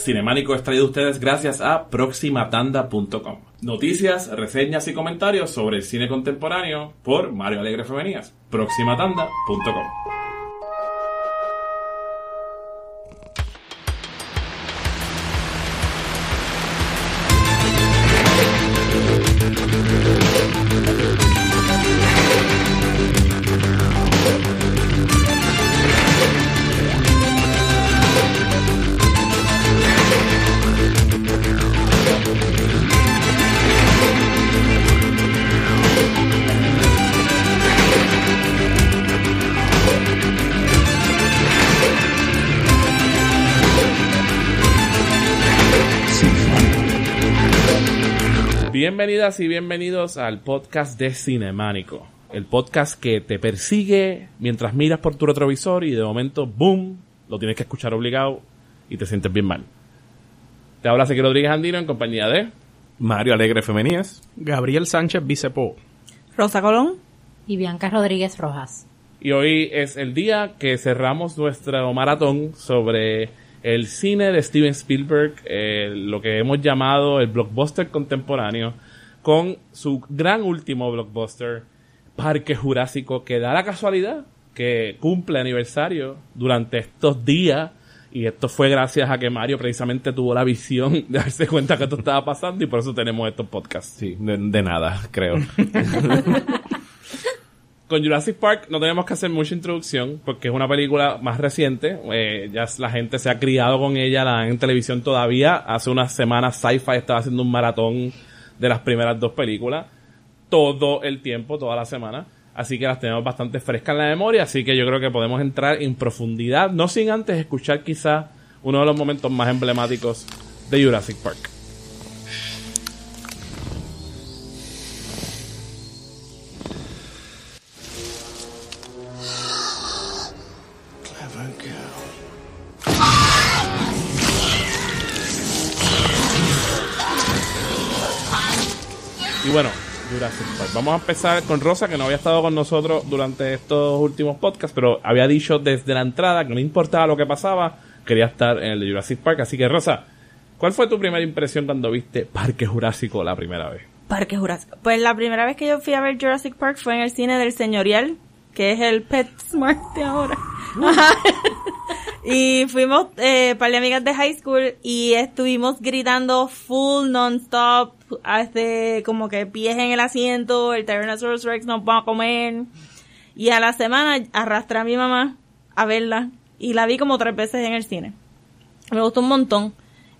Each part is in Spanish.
Cinemánico es traído a ustedes gracias a proximatanda.com. Noticias, reseñas y comentarios sobre el cine contemporáneo por Mario Alegre Femenías. proximatanda.com. Bienvenidas y bienvenidos al podcast de Cinemánico, el podcast que te persigue mientras miras por tu retrovisor y de momento, ¡boom!, lo tienes que escuchar obligado y te sientes bien mal. Te habla Ezequiel Rodríguez Andino en compañía de Mario Alegre Femenías, Gabriel Sánchez Vicepó, Rosa Colón y Bianca Rodríguez Rojas. Y hoy es el día que cerramos nuestro maratón sobre el cine de Steven Spielberg, lo que hemos llamado el blockbuster contemporáneo, con su gran último blockbuster, Parque Jurásico, que da la casualidad que cumple aniversario durante estos días, y esto fue gracias a que Mario precisamente tuvo la visión de darse cuenta que esto estaba pasando, y por eso tenemos estos podcasts. Sí, de nada, creo. Con Jurassic Park no tenemos que hacer mucha introducción porque es una película más reciente. Ya la gente se ha criado con ella, la dan en televisión todavía. Hace unas semanas Sci-Fi estaba haciendo un maratón de las primeras dos películas todo el tiempo, toda la semana. Así que las tenemos bastante frescas en la memoria. Así que yo creo que podemos entrar en profundidad, no sin antes escuchar quizás uno de los momentos más emblemáticos de Jurassic Park. Y bueno, Jurassic Park. Vamos a empezar con Rosa, que no había estado con nosotros durante estos últimos podcasts, pero había dicho desde la entrada que no importaba lo que pasaba, quería estar en el de Jurassic Park. Así que, Rosa, ¿cuál fue tu primera impresión cuando viste Parque Jurásico la primera vez? Parque Jurásico. Pues la primera vez que yo fui a ver Jurassic Park fue en el cine del Señorial, que es el PetSmart de ahora. Y fuimos par de amigas de high school y estuvimos gritando full non-stop, como que pies en el asiento, el Tyrannosaurus Rex nos va a comer. Y a la semana arrastré a mi mamá a verla y la vi como 3 veces en el cine. Me gustó un montón.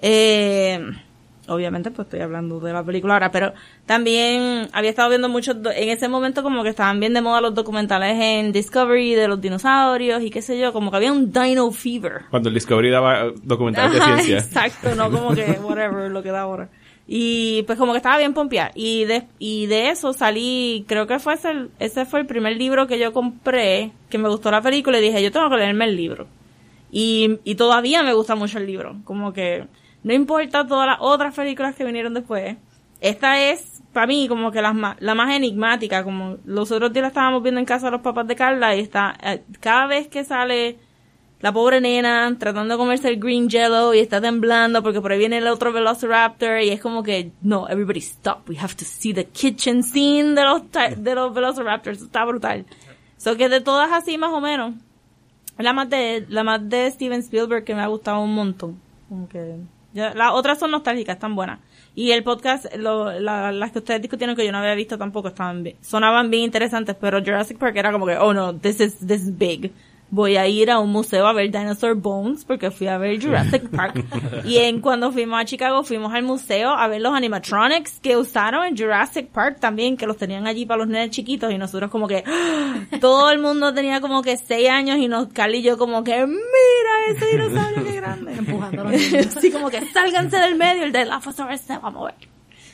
Obviamente pues estoy hablando de la película ahora, pero también había estado viendo muchos, en ese momento como que estaban bien de moda los documentales en Discovery de los dinosaurios y qué sé yo, como que había un Dino Fever. Cuando el Discovery daba documentales de ciencia. Exacto, no como que whatever lo que da ahora. Y pues como que estaba bien pompeada. Y de eso salí, creo que ese fue el primer libro que yo compré, que me gustó la película y dije, yo tengo que leerme el libro. Y todavía me gusta mucho el libro, como que no importa todas las otras películas que vinieron después. Esta es, para mí, como que la más enigmática. Como los otros días la estábamos viendo en casa de los papás de Carla y está, cada vez que sale la pobre nena tratando de comerse el green jello y está temblando porque por ahí viene el otro Velociraptor y es como que, no, everybody stop. We have to see the kitchen scene de los Velociraptors. Está brutal. So que de todas así más o menos, la más de Steven Spielberg que me ha gustado un montón. Como que las otras son nostálgicas, están buenas. Y el podcast, las que ustedes discutieron que yo no había visto tampoco sonaban bien interesantes, pero Jurassic Park era como que, oh no, this is big. Voy a ir a un museo a ver Dinosaur Bones porque fui a ver Jurassic Park. Y cuando fuimos a Chicago fuimos al museo a ver los animatronics que usaron en Jurassic Park también, que los tenían allí para los nenes chiquitos y nosotros como que todo el mundo tenía como que 6 años y Carly y yo como que mira ese dinosaurio qué grande, empujando a los niños. Así como que sálganse del medio, el de Dilophosaurus se va a mover.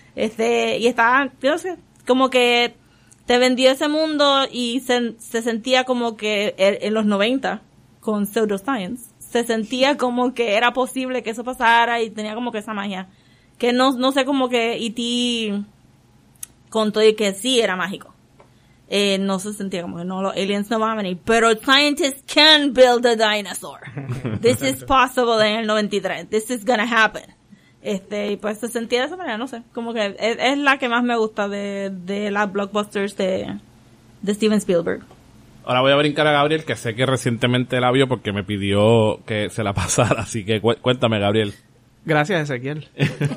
Y estaba, no sé, como que te vendió ese mundo y se sentía como que en los 90 con Pseudoscience se sentía como que era posible que eso pasara y tenía como que esa magia que no sé, como que E.T. contó y que sí era mágico. no se sentía como que no, los aliens no van a venir, pero scientists can build a dinosaur. This is possible en el 93. This is gonna happen. Y pues se sentía de esa manera, no sé, como que es la que más me gusta de las blockbusters de Steven Spielberg. Ahora voy a brincar a Gabriel, que sé que recientemente la vio porque me pidió que se la pasara, así que cuéntame, Gabriel. Gracias, Ezequiel.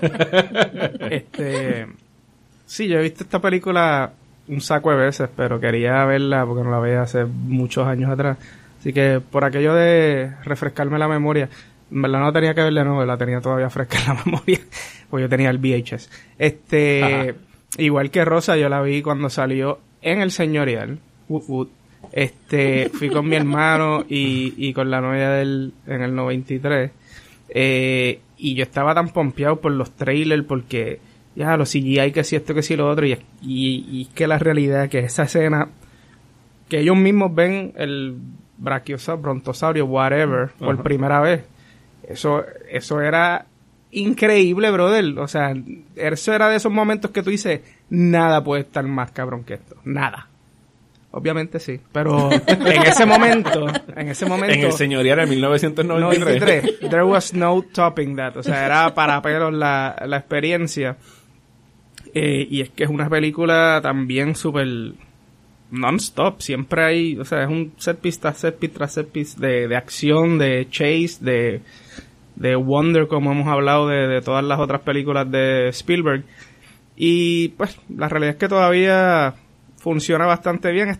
Sí, yo he visto esta película un saco de veces, pero quería verla porque no la veía hace muchos años atrás. Así que por aquello de refrescarme la memoria, en verdad no tenía que verla, no, la tenía todavía fresca en la memoria, porque yo tenía el VHS. Igual que Rosa, yo la vi cuando salió en el Señorial. Fui con mi hermano y con la novia de él en el 93. Y yo estaba tan pompeado por los trailers porque ya los CGI, que si esto, que si lo otro, y que la realidad que esa escena que ellos mismos ven el brachiosaurio, brontosaurio, whatever, por primera vez, eso era increíble, brother. O sea, eso era de esos momentos que tú dices, nada puede estar más cabrón que esto, nada. Obviamente sí, pero en ese momento en el Señorial de 1993 there was no topping that, o sea, era para pelos la experiencia. Y es que es una película también súper non-stop, siempre hay, o sea, es un set piece tras set piece de acción, de chase, de wonder, como hemos hablado de todas las otras películas de Spielberg. Y pues la realidad es que todavía funciona bastante bien.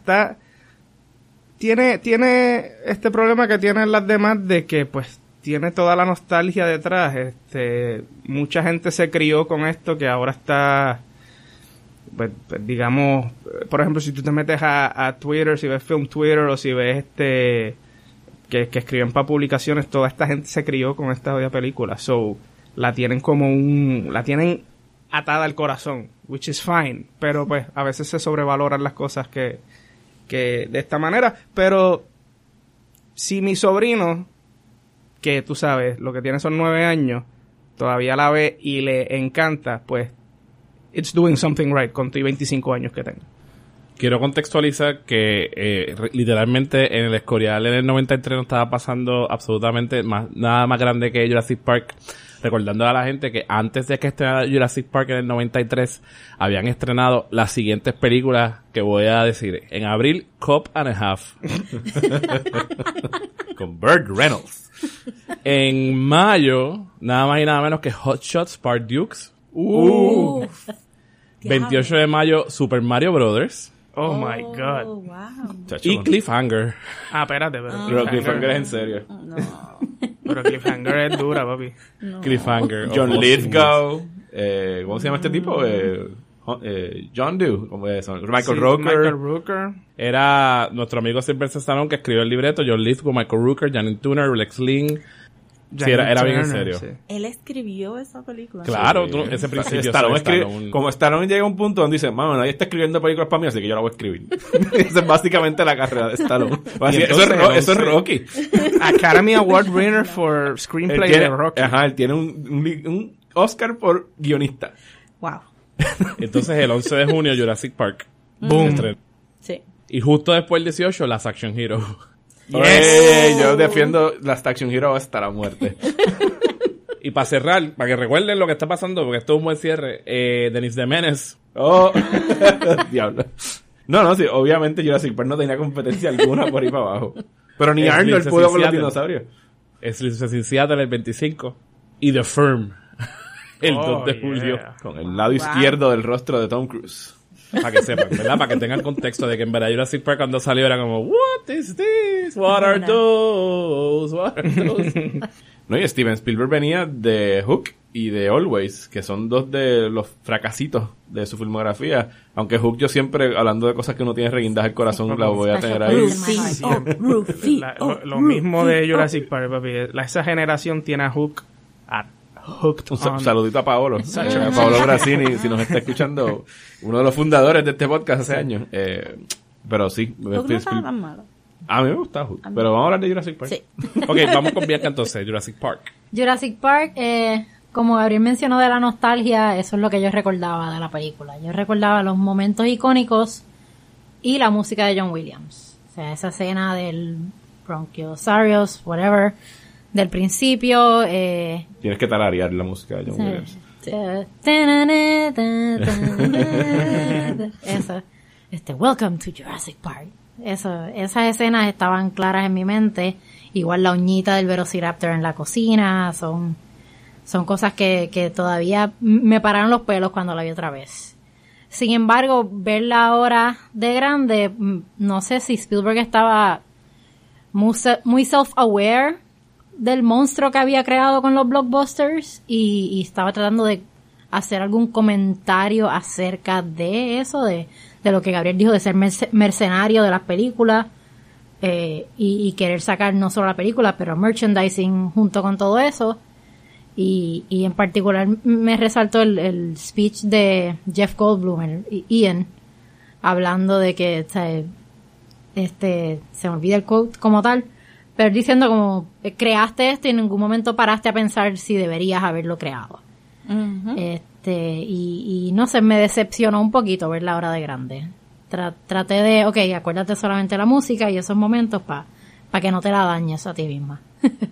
Tiene este problema que tienen las demás, de que pues tiene toda la nostalgia detrás. Mucha gente se crió con esto, que ahora está, pues digamos, por ejemplo, si tú te metes a Twitter, si ves Film Twitter, o si ves que escriben para publicaciones, toda esta gente se crió con esta jodida película. So, la tienen atada al corazón, which is fine, pero pues a veces se sobrevaloran las cosas que de esta manera. Pero si mi sobrino, que tú sabes, lo que tiene son 9 años, todavía la ve y le encanta, pues it's doing something right con tu 25 años que tengo. Quiero contextualizar que literalmente en el Escorial en el 93 no estaba pasando absolutamente nada más grande que Jurassic Park. Recordando a la gente que antes de que estrenara Jurassic Park en el 93, habían estrenado las siguientes películas que voy a decir. En abril, Cop and a Half. Con Burt Reynolds. En mayo, nada más y nada menos que Hot Shots Part Dukes. 28 de mayo, Super Mario Brothers. Oh my God. Wow. Y Cliffhanger. Espérate. Pero Cliffhanger es en serio. No. Pero Cliffhanger es dura, papi. No. Cliffhanger. John Lithgow. ¿Cómo se llama este tipo? John Doe. Michael Rooker. Era nuestro amigo Sylvester Stallone, que escribió el libreto. John Lithgow, Michael Rooker, Janine Turner, Lex Lynn. Sí, era bien en serio. Sí. Él escribió esa película. Claro, Sí. ese principio. Stallone. Como Stallone llega a un punto donde dice, mano, nadie está escribiendo películas para mí, así que yo la voy a escribir. Esa es básicamente la carrera de Stallone. Eso es Rocky. Academy Award winner for screenplay de Rocky. Ajá, él tiene un Oscar por guionista. Wow. Entonces el 11 de junio Jurassic Park. Boom. Sí. Y justo después el 18 las Action Hero. Yes. Yo defiendo las Action Hero hasta la muerte. Y para cerrar, para que recuerden lo que está pasando, porque esto es un buen cierre, Denis the Menace. Oh, diablo. No, sí, obviamente Jurassic Park no tenía competencia alguna por ahí para abajo. Pero ni Arnold pudo con los dinosaurios. Es en Seattle el 25. Y The Firm el 2 de julio. Con el lado izquierdo del rostro de Tom Cruise. Para que sepan, ¿verdad? Para que tengan contexto de que en verdad Jurassic Park cuando salió era como, what is this? What are those? What are those? No, y Steven Spielberg venía de Hook y de Always, que son dos de los fracasitos de su filmografía. Aunque Hook, yo siempre, hablando de cosas que uno tiene reguindadas al corazón, la voy a tener ahí. Lo mismo de Jurassic Park, papi. Esa generación tiene a Hook hooked un saludito a Paolo. A Paolo Brasini, si nos está escuchando, uno de los fundadores de este podcast hace años. Pero sí. Hook no estaba tan malo. A mí me gusta Hook, pero vamos a hablar de Jurassic Park. Sí. Ok, vamos con Bianca entonces, Jurassic Park. Jurassic Park, como Gabriel mencionó de la nostalgia, eso es lo que yo recordaba de la película. Yo recordaba los momentos icónicos y la música de John Williams. O sea, esa escena del Bronchiosaurus, whatever, del principio. Tienes que tararear la música de John Williams. Eso. Welcome to Jurassic Park. Eso, esas escenas estaban claras en mi mente. Igual la uñita del Velociraptor en la cocina. Son cosas que todavía me pararon los pelos cuando la vi otra vez. Sin embargo, verla ahora de grande, no sé si Spielberg estaba muy self-aware del monstruo que había creado con los blockbusters y estaba tratando de hacer algún comentario acerca de eso, de lo que Gabriel dijo de ser mercenario de las películas y querer sacar no solo la película, pero merchandising junto con todo eso. Y en particular me resaltó el speech de Jeff Goldblum, Ian, hablando de que, o sea, se me olvida el quote como tal, pero diciendo como, creaste esto y en ningún momento paraste a pensar si deberías haberlo creado. Uh-huh. Y no sé, me decepcionó un poquito verla ahora de grande. Traté de, okay, acuérdate solamente de la música y esos momentos para que no te la dañes a ti misma.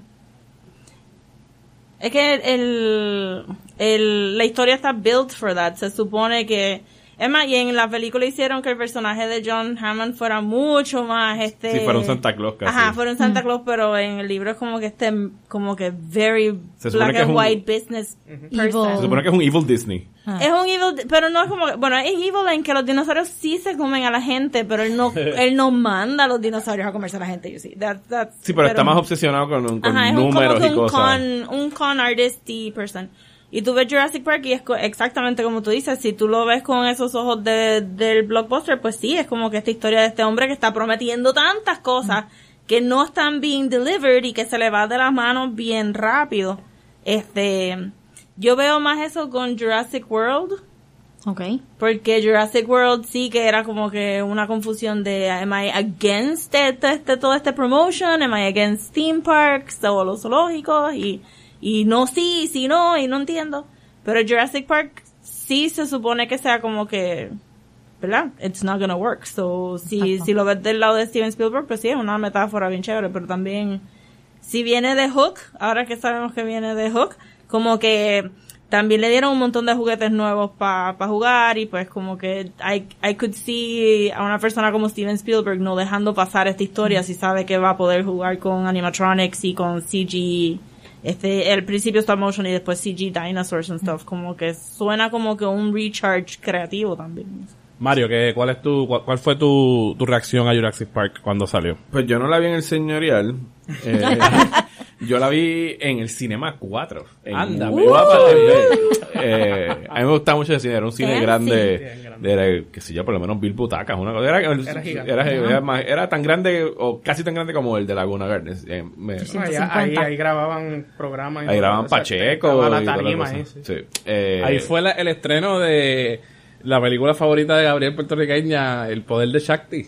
Es que la historia está built for that. Se supone que, es más, y en la película hicieron que el personaje de John Hammond fuera mucho más, sí, fuera un Santa Claus casi. Ajá, fuera un Santa Claus, pero en el libro es como que como que very black and white business person. Se supone que es un evil Disney. Es un evil, pero no es como, bueno, es evil en que los dinosaurios sí se comen a la gente, pero él no manda a los dinosaurios a comerse a la gente, you see. Sí, pero está más obsesionado con números y cosas. Un con artisty person. Y tú ves Jurassic Park y es exactamente como tú dices, si tú lo ves con esos ojos del blockbuster, pues sí, es como que esta historia de este hombre que está prometiendo tantas cosas que no están being delivered y que se le va de las manos bien rápido. Yo veo más eso con Jurassic World. Okay. Porque Jurassic World sí que era como que una confusión de am I against todo este promotion, am I against theme parks o los zoológicos y no sí no y no entiendo. Pero Jurassic Park sí se supone que sea como que, ¿verdad? It's not gonna work. So si lo ves del lado de Steven Spielberg, pues sí es una metáfora bien chévere, pero también si viene de Hook, ahora que sabemos que viene de Hook, como que también le dieron un montón de juguetes nuevos para jugar y pues como que I could see a una persona como Steven Spielberg no dejando pasar esta historia si sabe que va a poder jugar con animatronics y con CG, el principio stop motion y después CG dinosaurs and stuff, como que suena como que un recharge creativo también. Mario, ¿cuál fue tu reacción a Jurassic Park cuando salió? Pues yo no la vi en el señorial. Yo la vi en el Cinema 4. Anda, a mí me gustaba mucho el cine. Era un cine grande. Era, qué sé yo, por lo menos 1000 butacas. Una cosa. Era gigante. Era tan grande o casi tan grande como el de Laguna Gardens. Ahí grababan programas. Ahí grababan Pacheco. La tarima ahí, sí. Ahí fue el estreno de la película favorita de Gabriel puertorriqueña, El Poder de Shakti.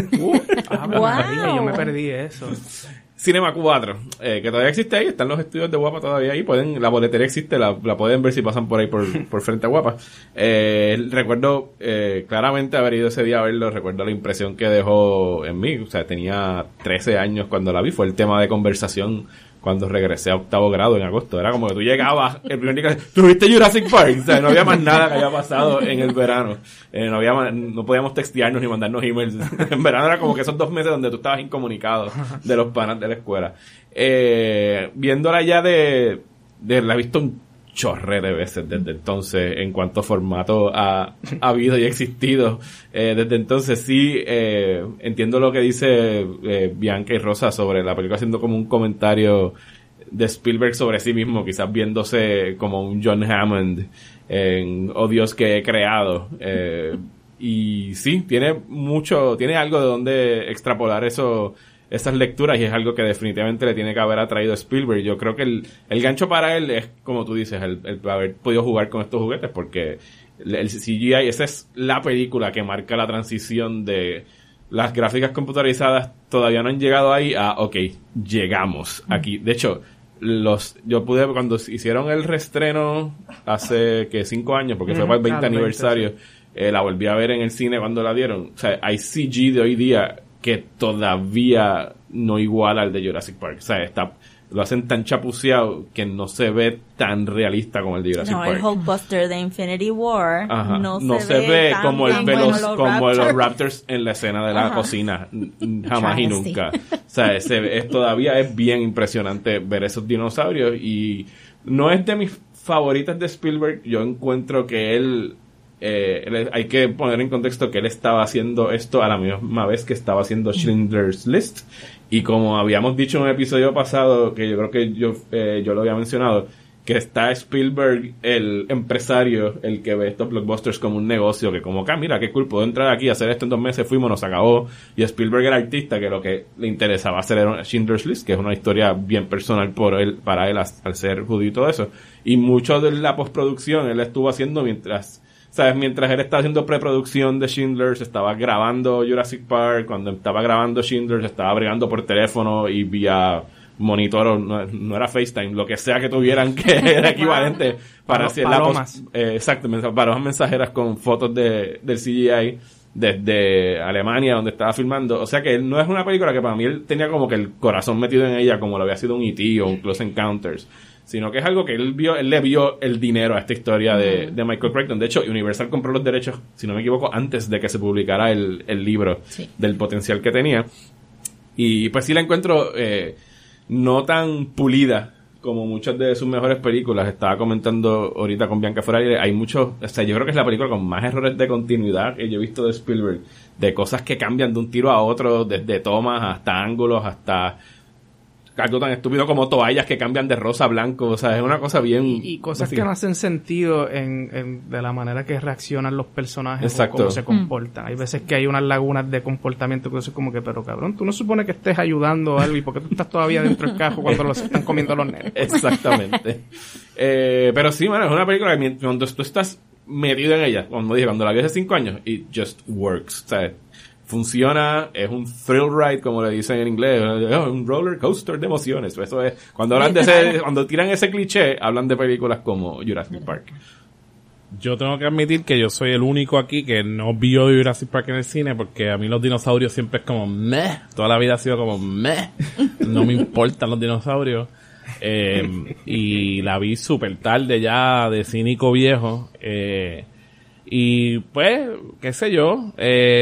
Yo me perdí eso. Cinema 4, que todavía existe ahí, están los estudios de Guapa todavía ahí, la boletería existe, la pueden ver si pasan por ahí por frente a Guapa. Recuerdo claramente haber ido ese día a verlo, recuerdo la impresión que dejó en mí, o sea, tenía 13 años cuando la vi, fue el tema de conversación cuando regresé a 8º grado en agosto. Era como que tú llegabas el primer día, ¿tú viste Jurassic Park? O sea, no había más nada que haya pasado en el verano. No podíamos textearnos ni mandarnos emails. En verano era como que esos 2 meses donde tú estabas incomunicado de los panas de la escuela. Viéndola ya la he visto un chorre de veces desde entonces en cuanto formato ha habido y existido. Desde entonces sí entiendo lo que dice Bianca y Rosa sobre la película haciendo como un comentario de Spielberg sobre sí mismo, quizás viéndose como un John Hammond en Oh Dios que he creado. Y sí, tiene algo de donde extrapolar esas lecturas y es algo que definitivamente le tiene que haber atraído a Spielberg. Yo creo que el gancho para él es, como tú dices, el haber podido jugar con estos juguetes, porque el CGI, esa es la película que marca la transición de las gráficas computarizadas. Todavía no han llegado ahí llegamos aquí. De hecho, yo pude, cuando hicieron el reestreno hace 5 años, porque fue para el 20 aniversario, la volví a ver en el cine cuando la dieron. O sea, hay CG de hoy día que todavía no iguala al de Jurassic Park. O sea, lo hacen tan chapuceado que no se ve tan realista como el de Jurassic Park. El Hulkbuster de Infinity War no se ve como los Raptors en la escena de la cocina. Jamás y nunca. O sea, todavía es bien impresionante ver esos dinosaurios, y no es de mis favoritas de Spielberg. Yo encuentro que él hay que poner en contexto que él estaba haciendo esto a la misma vez que estaba haciendo Schindler's List, y como habíamos dicho en un episodio pasado, que yo creo que yo lo había mencionado, que está Spielberg, el empresario, el que ve estos blockbusters como un negocio, que como acá, mira, qué cool, puedo entrar aquí, hacer esto en 2 meses, fuimos, nos acabó. Y Spielberg era artista, que lo que le interesaba hacer era Schindler's List, que es una historia bien personal para él al ser judío y todo eso. Y mucho de la postproducción él estuvo haciendo mientras él estaba haciendo preproducción de Schindler, se estaba grabando Jurassic Park. Cuando estaba grabando Schindler, se estaba bregando por teléfono y vía monitor, o no era FaceTime, lo que sea que tuvieran, que era equivalente para hacer palomas mensajeras con fotos del CGI desde Alemania, donde estaba filmando. O sea que no es una película que para mí él tenía como que el corazón metido en ella, como lo había sido un E.T. o un Close Encounters, sino que es algo que él le vio el dinero a esta historia de Michael Crichton. De hecho, Universal compró los derechos, si no me equivoco, antes de que se publicara el libro del potencial que tenía. Y pues sí la encuentro no tan pulida como muchas de sus mejores películas. Estaba comentando ahorita con Bianca Ferrari, hay muchos, o sea, yo creo que es la película con más errores de continuidad que yo he visto de Spielberg, de cosas que cambian de un tiro a otro, desde tomas hasta ángulos, hasta algo tan estúpido como toallas que cambian de rosa a blanco. O sea, es una cosa bien... Y cosas que no hacen sentido de la manera que reaccionan los personajes. Exacto. O cómo se comportan. Hay veces que hay unas lagunas de comportamiento que es como que, pero cabrón, tú no supones que estés ayudando a algo, y por qué tú estás todavía dentro del carro cuando los están comiendo los nenes. Exactamente. Pero sí, bueno, es una película que cuando tú estás metido en ella, cuando la vi hace 5 años, it just works. O sea, funciona, es un thrill ride, como le dicen en inglés, un roller coaster de emociones. Eso es, cuando hablan cuando tiran ese cliché, hablan de películas como Jurassic Park. Yo tengo que admitir que yo soy el único aquí que no vio Jurassic Park en el cine, porque a mí los dinosaurios siempre es como meh, toda la vida ha sido como meh, no me importan los dinosaurios. Y la vi súper tarde ya, de cínico viejo, y pues, qué sé yo,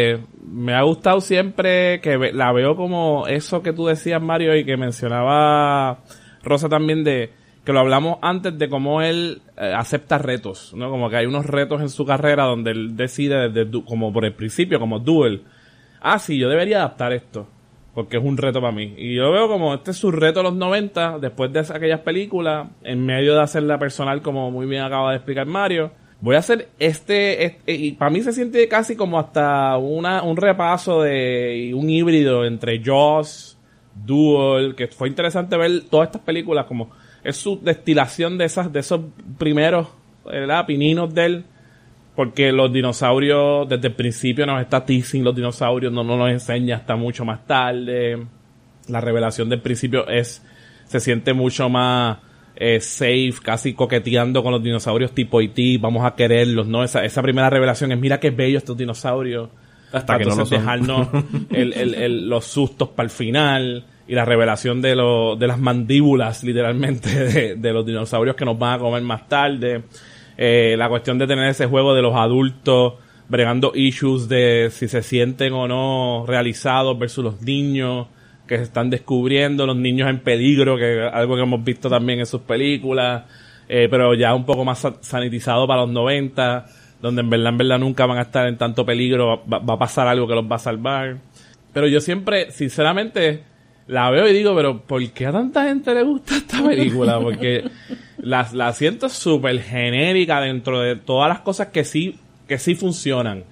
me ha gustado siempre, que la veo como eso que tú decías, Mario, y que mencionaba Rosa también, de que lo hablamos antes, de cómo él acepta retos, ¿no? Como que hay unos retos en su carrera donde él decide desde como por el principio, como Duel, sí, yo debería adaptar esto, porque es un reto para mí. Y yo veo como este es su reto de los 90, después de aquellas películas, en medio de hacerla personal, como muy bien acaba de explicar Mario. Voy a hacer y para mí se siente casi como hasta un repaso y un híbrido entre Jaws, Duel, que fue interesante ver todas estas películas, como es su destilación de esos primeros, ¿verdad?, pininos de él, porque los dinosaurios desde el principio nos está teasing los dinosaurios, no nos enseña hasta mucho más tarde. La revelación del principio se siente mucho más safe, casi coqueteando con los dinosaurios tipo E.T., vamos a quererlos, ¿no? Esa primera revelación es, mira qué bello estos dinosaurios, hasta que no lo son. Dejarnos los sustos para el final, y la revelación de las mandíbulas, literalmente, de los dinosaurios que nos van a comer más tarde. La cuestión de tener ese juego de los adultos bregando issues de si se sienten o no realizados versus los niños que se están descubriendo, los niños en peligro, que es algo que hemos visto también en sus películas, pero ya un poco más sanitizado para los 90, donde en verdad nunca van a estar en tanto peligro, va a pasar algo que los va a salvar. Pero yo siempre, sinceramente, la veo y digo, pero ¿por qué a tanta gente le gusta esta película? Porque la siento súper genérica dentro de todas las cosas que sí funcionan.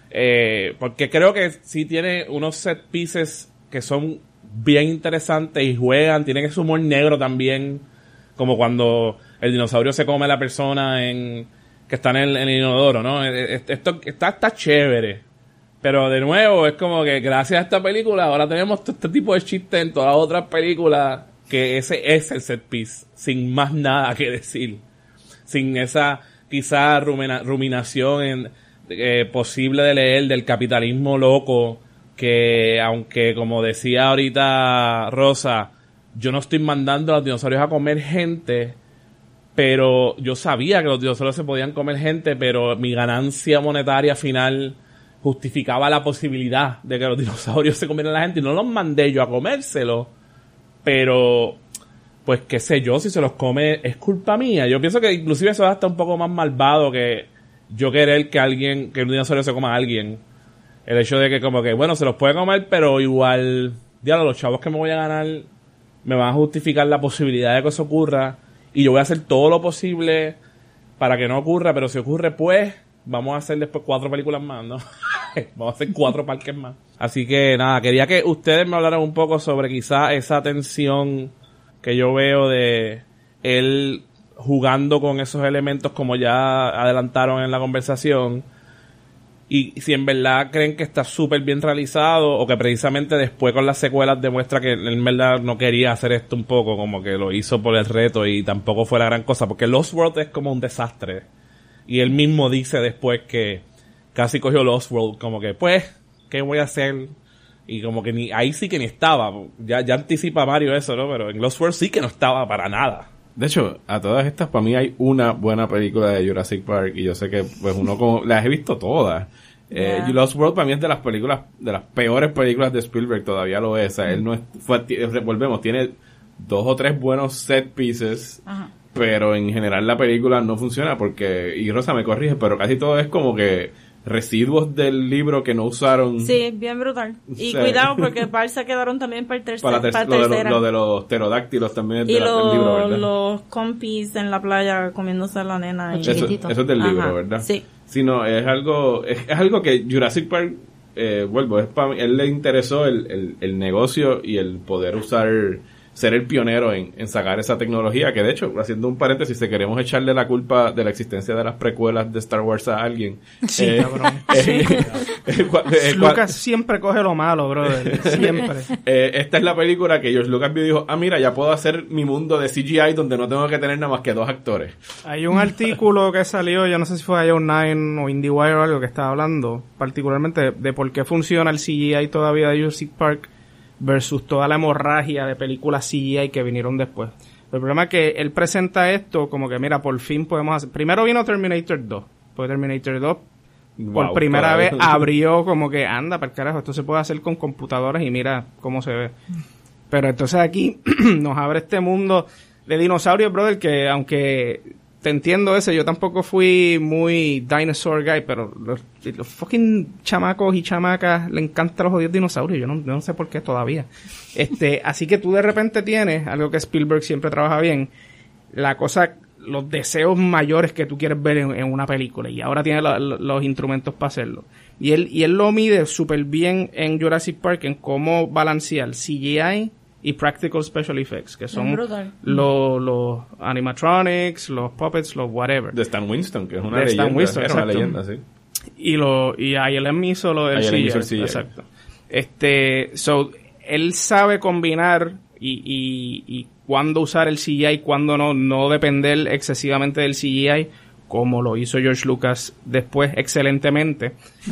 Porque creo que sí tiene unos set pieces que son bien interesantes y tienen ese humor negro también, como cuando el dinosaurio se come a la persona que está en el inodoro, ¿no? Esto está chévere. Pero de nuevo, es como que gracias a esta película ahora tenemos este tipo de chistes en todas las otras películas, que ese es el set piece, sin más nada que decir. Sin esa quizá ruminación posible de leer del capitalismo loco, que aunque como decía ahorita Rosa, yo no estoy mandando a los dinosaurios a comer gente, pero yo sabía que los dinosaurios se podían comer gente, pero mi ganancia monetaria final justificaba la posibilidad de que los dinosaurios se comieran a la gente y no los mandé yo a comérselo, pero pues qué sé yo, si se los come es culpa mía. Yo pienso que inclusive eso es hasta un poco más malvado que yo querer que un dinosaurio se coma a alguien. El hecho de que como que, bueno, se los puede comer, pero igual, diablo, los chavos que me voy a ganar me van a justificar la posibilidad de que eso ocurra y yo voy a hacer todo lo posible para que no ocurra, pero si ocurre, pues vamos a hacer después 4 películas más, ¿no? Vamos a hacer 4 parques más. Así que nada, quería que ustedes me hablaran un poco sobre quizá esa tensión que yo veo de él jugando con esos elementos como ya adelantaron en la conversación, y si en verdad creen que está súper bien realizado o que precisamente después con las secuelas demuestra que él en verdad no quería hacer esto un poco, como que lo hizo por el reto y tampoco fue la gran cosa, porque Lost World es como un desastre y él mismo dice después que casi cogió Lost World como que pues, ¿qué voy a hacer? Y como que ahí sí que ni estaba, ya anticipa Mario eso, ¿no? Pero en Lost World sí que no estaba para nada. De hecho, a todas estas, para mí hay una buena película de Jurassic Park y yo sé que pues uno como las he visto todas. Yeah. Lost World para mí es de las películas, de las peores películas de Spielberg, todavía lo es. O sea, él no es, volvemos, tiene 2 o 3 buenos set pieces, Ajá. pero en general la película no funciona porque, y Rosa me corrige, pero casi todo es como que residuos del libro que no usaron. Sí, bien brutal. Y o sea, cuidado porque par se quedaron también para el para tercera. lo de los pterodáctilos también Y del libro, ¿verdad? los compis en la playa comiéndose a la nena. Los Y- chiquititos. Eso es del libro, Ajá, ¿verdad? sí. Sí, no, es algo que Jurassic Park, vuelvo, es para él le interesó el negocio y el poder ser el pionero en sacar esa tecnología, que de hecho, haciendo un paréntesis, si queremos echarle la culpa de la existencia de las precuelas de Star Wars a alguien. Sí, cabrón. Lucas siempre coge lo malo, brother. Siempre. Esta es la película que George Lucas vio y dijo, mira, ya puedo hacer mi mundo de CGI donde no tengo que tener nada más que 2 actores. Hay un artículo que salió, yo no sé si fue IO9 o IndieWire o algo, que estaba hablando particularmente de por qué funciona el CGI todavía de Jurassic Park versus toda la hemorragia de películas CGI que vinieron después. El problema es que él presenta esto como que, mira, por fin podemos hacer... Primero vino Terminator 2, pues Terminator 2 por primera vez abrió como que, anda, para el carajo, esto se puede hacer con computadoras y mira cómo se ve. Pero entonces aquí nos abre este mundo de dinosaurios, brother, que aunque te entiendo ese, yo tampoco fui muy dinosaur guy, pero los fucking chamacos y chamacas le encantan los jodidos dinosaurios, yo no sé por qué todavía. Así que tú de repente tienes algo que Spielberg siempre trabaja bien, la cosa, los deseos mayores que tú quieres ver en una película, y ahora tiene los instrumentos para hacerlo. Y él lo mide súper bien en Jurassic Park en cómo balancear CGI y Practical Special Effects, que son los animatronics, los puppets, los whatever. De Stan Winston, que es una De Stan leyenda. Winston, Era una exacto. leyenda, sí. Y ILM hizo lo del ILM hizo el CGI. CGI. Exacto. Él sabe combinar y cuándo usar el CGI, cuándo no depender excesivamente del CGI, como lo hizo George Lucas después excelentemente.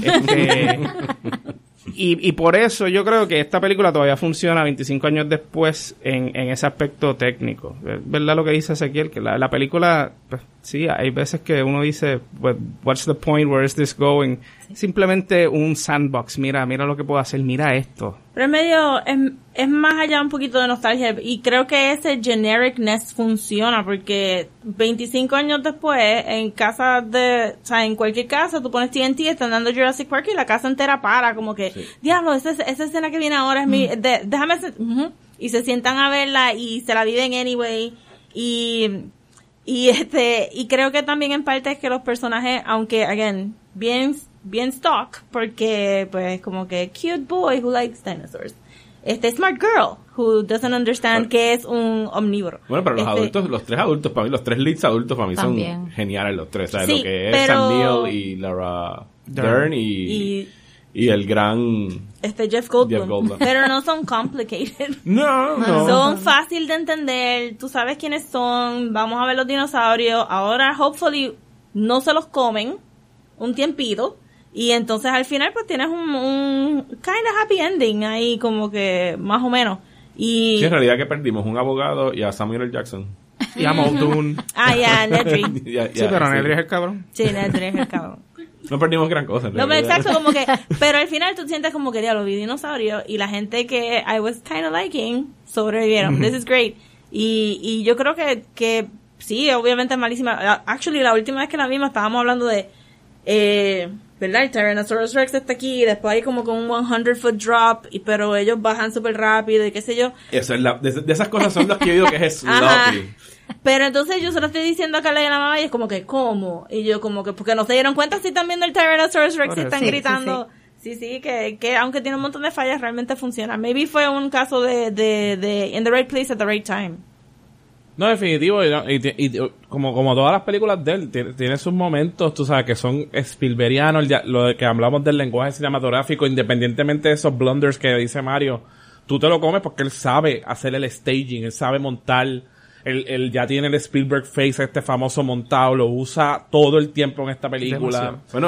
Y por eso yo creo que esta película todavía funciona 25 años después en ese aspecto técnico. Es verdad lo que dice Ezequiel, que la película, pues, sí, hay veces que uno dice, what's the point, where is this going? Simplemente un sandbox, mira lo que puedo hacer, mira esto. Pero es más allá un poquito de nostalgia y creo que ese genericness funciona porque 25 años después en en cualquier casa tú pones TNT, están dando Jurassic Park y la casa entera para como que, diablo, esa escena que viene ahora es déjame y se sientan a verla y se la viven anyway y creo que también en parte es que los personajes, aunque again bien stock, porque pues como que cute boy who likes dinosaurs, smart girl who doesn't understand que es un omnívoro. Bueno, pero los adultos, los 3 adultos para mí, los 3 leads adultos para mí también son geniales los 3, ¿sabes? Sí, Lo que es pero Sam Neill y Laura Dern y el gran Jeff Goldblum. Jeff Goldblum. Pero no son complicated. No. Son fácil de entender, tú sabes quiénes son, vamos a ver los dinosaurios, ahora hopefully no se los comen un tiempito, Y entonces al final pues tienes un kind of happy ending ahí, como que más o menos. Y Sí, en realidad que perdimos un abogado y a Samuel L. Jackson. Y a Muldoon. Nedry. Sí, pero Nedry es el cabrón. Sí, Nedry es el cabrón. No perdimos gran cosa. en No, pero realidad. exacto, como que, pero al final tú sientes como que diablo, vi dinosaurios y la gente que I was kind of liking sobrevivieron. This is great. Y yo creo que sí, obviamente es malísima. Actually, la última vez que la vimos estábamos hablando de, ¿verdad? El Tyrannosaurus Rex está aquí y después hay como con un 100-foot drop, pero ellos bajan súper rápido y qué sé yo. Eso es de esas cosas son las que yo digo que es Ajá. sloppy. Pero entonces yo se lo estoy diciendo a Carla y a la mamá y es como que, ¿cómo? Y yo como que, porque no se dieron cuenta si están viendo el Tyrannosaurus Rex y están Sí, gritando. Sí, que aunque tiene un montón de fallas, realmente funciona. Maybe fue un caso de in the right place at the right time. No, definitivo, y como todas las películas de él, tiene sus momentos, tú sabes, que son Spielbergianos, lo de que hablamos del lenguaje cinematográfico, independientemente de esos blunders que dice Mario, tú te lo comes porque él sabe hacer el staging, él sabe montar, él ya tiene el Spielberg face, este famoso montado, lo usa todo el tiempo en esta película. Bueno,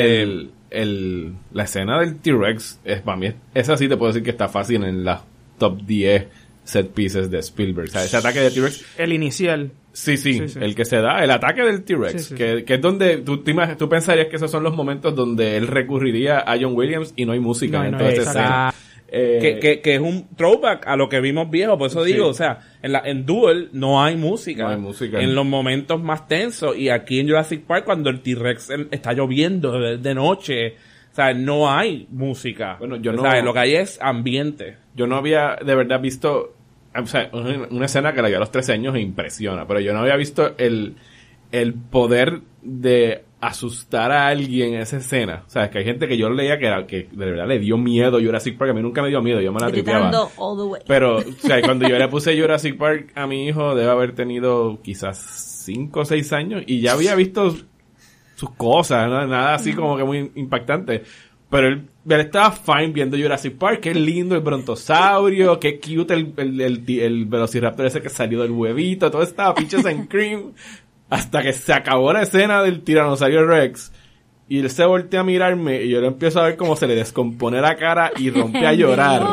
la escena del T-Rex, para mí, esa sí te puedo decir que está fácil en las top 10 set pieces de Spielberg. O sea, ese ataque de T-Rex. El inicial. Sí, el que se da, el ataque del T-Rex. Sí. Que es donde tú pensarías que esos son los momentos donde él recurriría a John Williams y no hay música en toda esta escena. Que es un throwback a lo que vimos viejo, por eso digo, o sea, en Duel no hay música. No hay música. En los momentos más tensos, y aquí en Jurassic Park cuando el T-Rex está lloviendo de noche, o sea, no hay música. Bueno, yo o no... sea, lo que hay es ambiente. Yo no había de verdad visto, o sea, una escena que la vi a los 13 años e impresiona, pero yo no había visto el poder de asustar a alguien en esa escena. O sea, es que hay gente que yo leía que de verdad le dio miedo Jurassic Park. A mí nunca me dio miedo, yo me la tripeaba. Gritando all the way. Pero, o sea, cuando yo le puse Jurassic Park a mi hijo, debe haber tenido quizás 5 o 6 años y ya había visto sus cosas, ¿no? Nada así como que muy impactante. Pero él estaba fine viendo Jurassic Park. Qué lindo el brontosaurio, qué cute el velociraptor ese que salió del huevito, todo estaba pinches en cream. Hasta que se acabó la escena del tiranosaurio Rex. Y él se voltea a mirarme y yo le empiezo a ver cómo se le descompone la cara y rompe a llorar.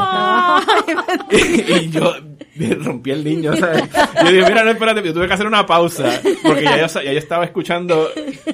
y yo rompí el niño, ¿sabes? Yo digo, mira, no, espérate, yo tuve que hacer una pausa porque ya yo estaba escuchando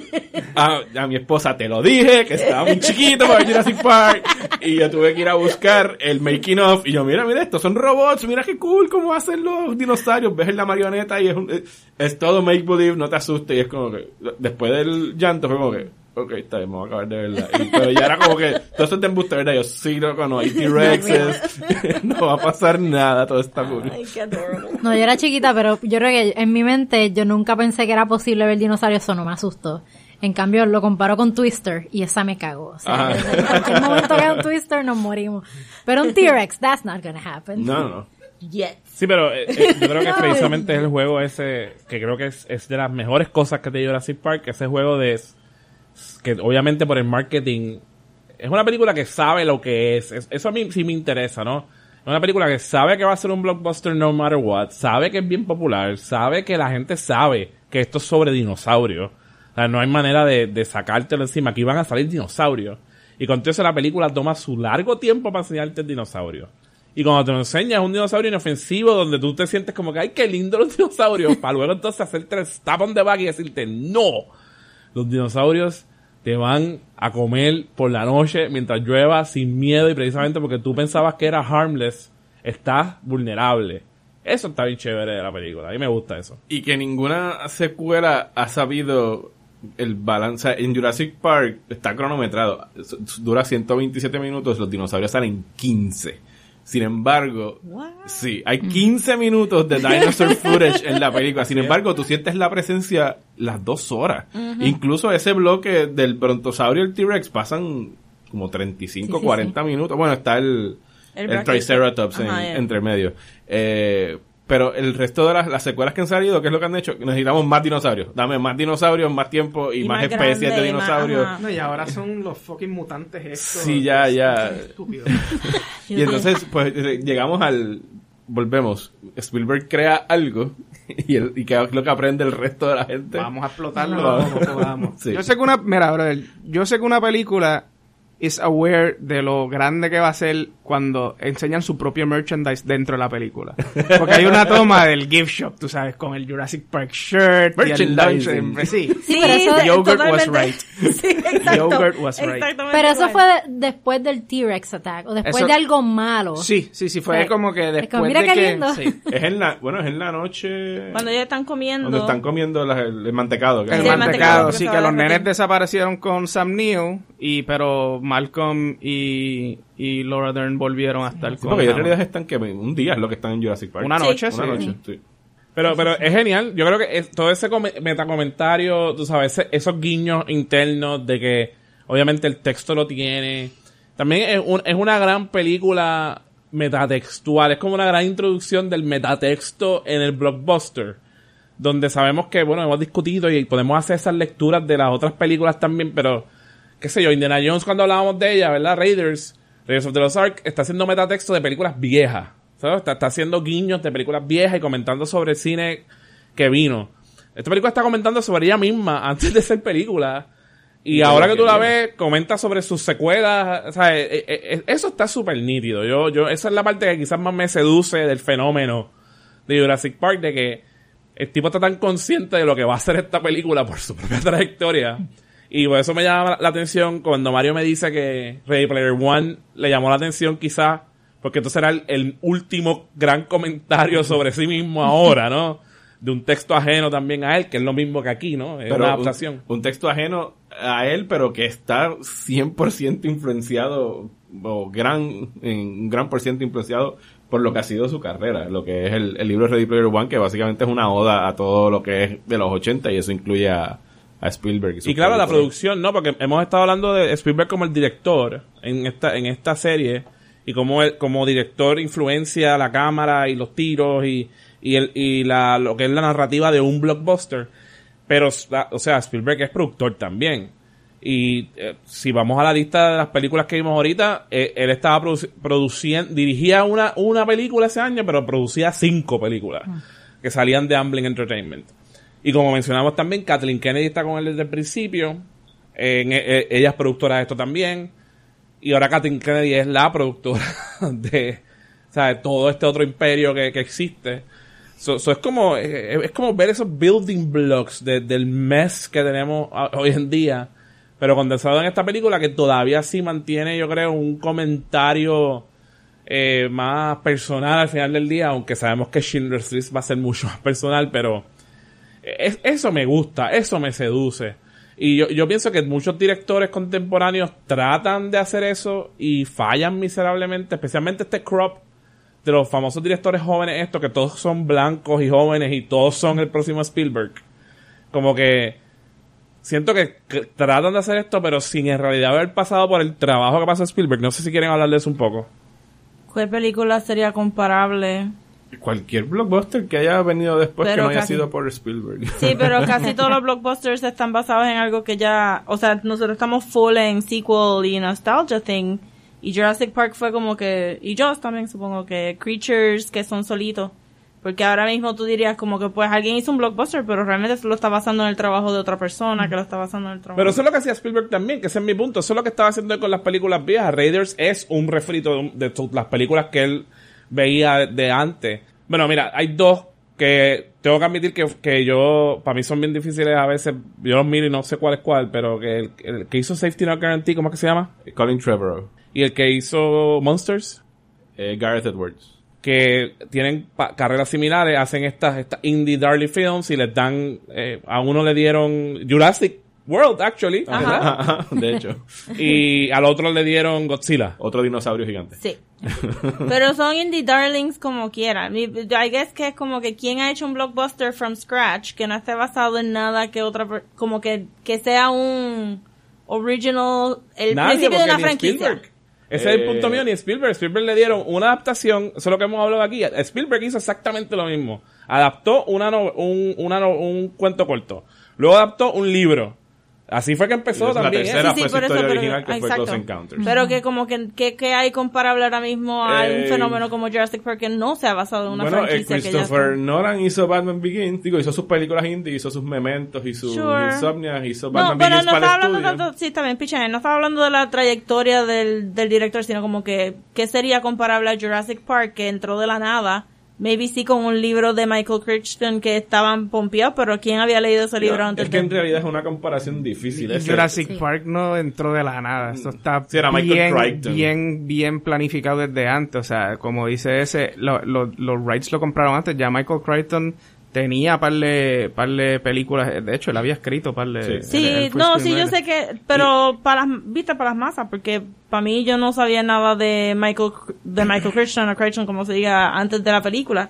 a mi esposa, te lo dije, que estaba muy chiquito para ver Jurassic Park, y yo tuve que ir a buscar el making of, y yo, mira, estos son robots, mira qué cool cómo hacen los dinosaurios, ves en la marioneta y es todo make believe, no te asustes, y es como que, después del llanto fue como que, ok, está bien, me voy a acabar de verdad. Pero ya era como que, todo eso te embuste, ¿verdad? Yo, sí, loco, no hay T-Rexes, no va a pasar nada, todo está cool. Ay, qué adorable. No, yo era chiquita, pero yo creo que en mi mente yo nunca pensé que era posible ver dinosaurios, eso no me asustó. En cambio, lo comparo con Twister y esa me cagó. O sea, en cualquier momento que hay un Twister nos morimos. Pero un T-Rex, that's not gonna happen. No. Yes. Sí, pero yo creo que precisamente es el juego ese, que creo que es de las mejores cosas que te dio Jurassic Park, ese juego que obviamente por el marketing, es una película que sabe lo que es. Eso a mí sí me interesa, ¿no? Es una película que sabe que va a ser un blockbuster no matter what, sabe que es bien popular, sabe que la gente sabe que esto es sobre dinosaurios. O sea, no hay manera de sacártelo encima. Aquí van a salir dinosaurios. Y con todo eso la película toma su largo tiempo para enseñarte el dinosaurio. Y cuando te lo enseñas un dinosaurio inofensivo donde tú te sientes como que ¡ay, qué lindo los dinosaurios! Para luego entonces hacerte el stab on the back y decirte ¡no! Los dinosaurios te van a comer por la noche mientras llueva sin miedo, y precisamente porque tú pensabas que era harmless, estás vulnerable. Eso está bien chévere de la película. A mí me gusta eso. Y que ninguna secuela ha sabido el balance. En Jurassic Park está cronometrado. Dura 127 minutos, los dinosaurios salen 15. Sin embargo, sí, hay 15 minutos de dinosaur footage en la película. Sin embargo, tú sientes la presencia las 2 horas. Incluso ese bloque del brontosaurio y el T-Rex pasan como 35, 40 minutos. Bueno, está el Triceratops entre medio. Pero el resto de las secuelas que han salido, ¿qué es lo que han hecho? Necesitamos más dinosaurios. Dame más dinosaurios, más tiempo y más especies grande, de dinosaurios. No, y ahora son los fucking mutantes estos. Sí, ya. Estúpidos. Y entonces, pues, llegamos volvemos. Spielberg crea algo y que es lo que aprende el resto de la gente. Vamos a explotarlo como podamos. Sí. Yo sé que una película is aware de lo grande que va a ser cuando enseñan su propio merchandise dentro de la película. Porque hay una toma del gift shop, tú sabes, con el Jurassic Park shirt y el Merchandising. sí. Sí, pero eso- Yogurt was totalmente. right. Sí, exacto. Yogurt was right. Exactamente Pero eso igual. fue después del T-Rex attack o después Eso- de algo malo. Sí, fue Sí. como que Es después como, mira de qué que... lindo. Sí. Es en la noche Cuando ellos están comiendo. donde están comiendo el mantecado. El Sí, el mantecado, mantecado, sí, porque que se va a los nenes derretir. desaparecieron con Sam Neill, pero Malcolm y Laura Dern volvieron a estar con... Porque ellos en realidad están que un día es lo que están en Jurassic Park. Una noche, Una sí. noche, sí. Pero es genial. Yo creo que todo ese metacomentario, tú sabes, esos guiños internos de que obviamente el texto lo tiene. También es una gran película metatextual. Es como una gran introducción del metatexto en el blockbuster. Donde sabemos que, bueno, hemos discutido y podemos hacer esas lecturas de las otras películas también, pero, qué sé yo, Indiana Jones cuando hablábamos de ella, ¿verdad? Raiders of the Lost Ark está haciendo metatexto de películas viejas. ¿Sabes? Está haciendo guiños de películas viejas y comentando sobre el cine que vino. Esta película está comentando sobre ella misma antes de ser película. Y ahora que tú la ves, comenta sobre sus secuelas. O sea, eso está súper nítido. Esa es la parte que quizás más me seduce del fenómeno de Jurassic Park, de que el tipo está tan consciente de lo que va a hacer esta película por su propia trayectoria. Y por eso me llama la atención cuando Mario me dice que Ready Player One le llamó la atención quizás porque entonces era el último gran comentario sobre sí mismo ahora, ¿no? De un texto ajeno también a él, que es lo mismo que aquí, ¿no? Es una adaptación. Un texto ajeno a él, pero que está 100% influenciado, o un gran por ciento influenciado por lo que ha sido su carrera, lo que es el libro Ready Player One, que básicamente es una oda a todo lo que es de los 80, y eso incluye a Spielberg. Y claro, la producción, ¿no? Porque hemos estado hablando de Spielberg como el director en esta serie, y como director influencia la cámara y los tiros y lo que es la narrativa de un blockbuster. Pero, o sea, Spielberg es productor también. Y si vamos a la lista de las películas que vimos ahorita, él estaba produciendo, dirigía una película ese año, pero producía 5 películas que salían de Amblin Entertainment. Y como mencionamos también, Kathleen Kennedy está con él desde el principio. Ella es productora de esto también. Y ahora Kathleen Kennedy es la productora de, o sea, de todo este otro imperio que existe. Es como ver esos building blocks del mess que tenemos hoy en día, pero condensado en esta película, que todavía sí mantiene, yo creo, un comentario más personal al final del día, aunque sabemos que Schindler's List va a ser mucho más personal, pero eso me gusta, eso me seduce. Y yo pienso que muchos directores contemporáneos tratan de hacer eso y fallan miserablemente, especialmente este crop de los famosos directores jóvenes, que todos son blancos y jóvenes y todos son el próximo Spielberg. Como que siento que tratan de hacer esto, pero sin en realidad haber pasado por el trabajo que pasó Spielberg. No sé si quieren hablar de eso un poco. ¿Qué película sería comparable? Cualquier blockbuster que haya venido después, Pero que no haya casi- sido por Spielberg. Sí, pero casi todos los blockbusters están basados en algo que ya... O sea, nosotros estamos full en sequel y nostalgia thing. Y Jurassic Park fue como que... Y Jaws también, supongo que... Creatures que son solitos. Porque ahora mismo tú dirías como que pues alguien hizo un blockbuster, pero realmente se lo está basando en el trabajo de otra persona, que lo está basando en el trabajo. Pero eso es lo que hacía Spielberg también, que ese es mi punto. Eso es lo que estaba haciendo él con las películas viejas. Raiders es un refrito de las películas que él veía de antes. Bueno, mira, hay 2 que tengo que admitir que yo, para mí son bien difíciles a veces. Yo los miro y no sé cuál es cuál, pero que el que hizo Safety Not Guarantee, ¿cómo es que se llama? Colin Trevorrow. Y el que hizo Monsters, Gareth Edwards. que tienen carreras similares, hacen estas indie darling films y les dan, a uno le dieron Jurassic World, actually, Ajá. De hecho. y al otro le dieron Godzilla. Otro dinosaurio gigante. Sí. Pero son indie darlings como quieran. I guess que es como que quien ha hecho un blockbuster from scratch que no esté basado en nada que otra... Como que sea un original... El Nadie, principio de porque una ni franquicia. Spielberg. Ese es el punto mío, ni Spielberg. Spielberg le dieron una adaptación, eso es lo que hemos hablado aquí. Spielberg hizo exactamente lo mismo. Adaptó un cuento corto. Luego adaptó un libro. Así fue que empezó La también. tercera Sí, fue su por eso, historia pero- original, que fue exacto. Close Encounters. Pero que como que hay comparable ahora mismo a un fenómeno como Jurassic Park que no se ha basado en una Bueno, franquicia que ya Christopher está. Nolan hizo Batman Begins, digo, hizo sus películas indie, hizo sus Mementos, hizo Sure. Insomnia, hizo No, Batman pero Begins no para estaba el hablando estudio. tanto, sí, también, picha, no estaba hablando de la trayectoria del director, sino como que sería comparable a Jurassic Park, que entró de la nada, maybe sí con un libro de Michael Crichton que estaban pompeados, pero ¿quién había leído ese libro antes Es que en de...? realidad es una comparación difícil. Ese- Jurassic Sí. Park no entró de la nada. Esto está Sí, era Michael Crichton. bien planificado desde antes. O sea, como dice ese, los rights lo compraron antes. Ya Michael Crichton tenía par de películas. De hecho, él había escrito par de... Sí. Sí, él fue no, sí, yo screenwriter. sé que, pero para las masas, porque para mí yo no sabía nada de Michael Crichton o Crichton, como se diga, antes de la película.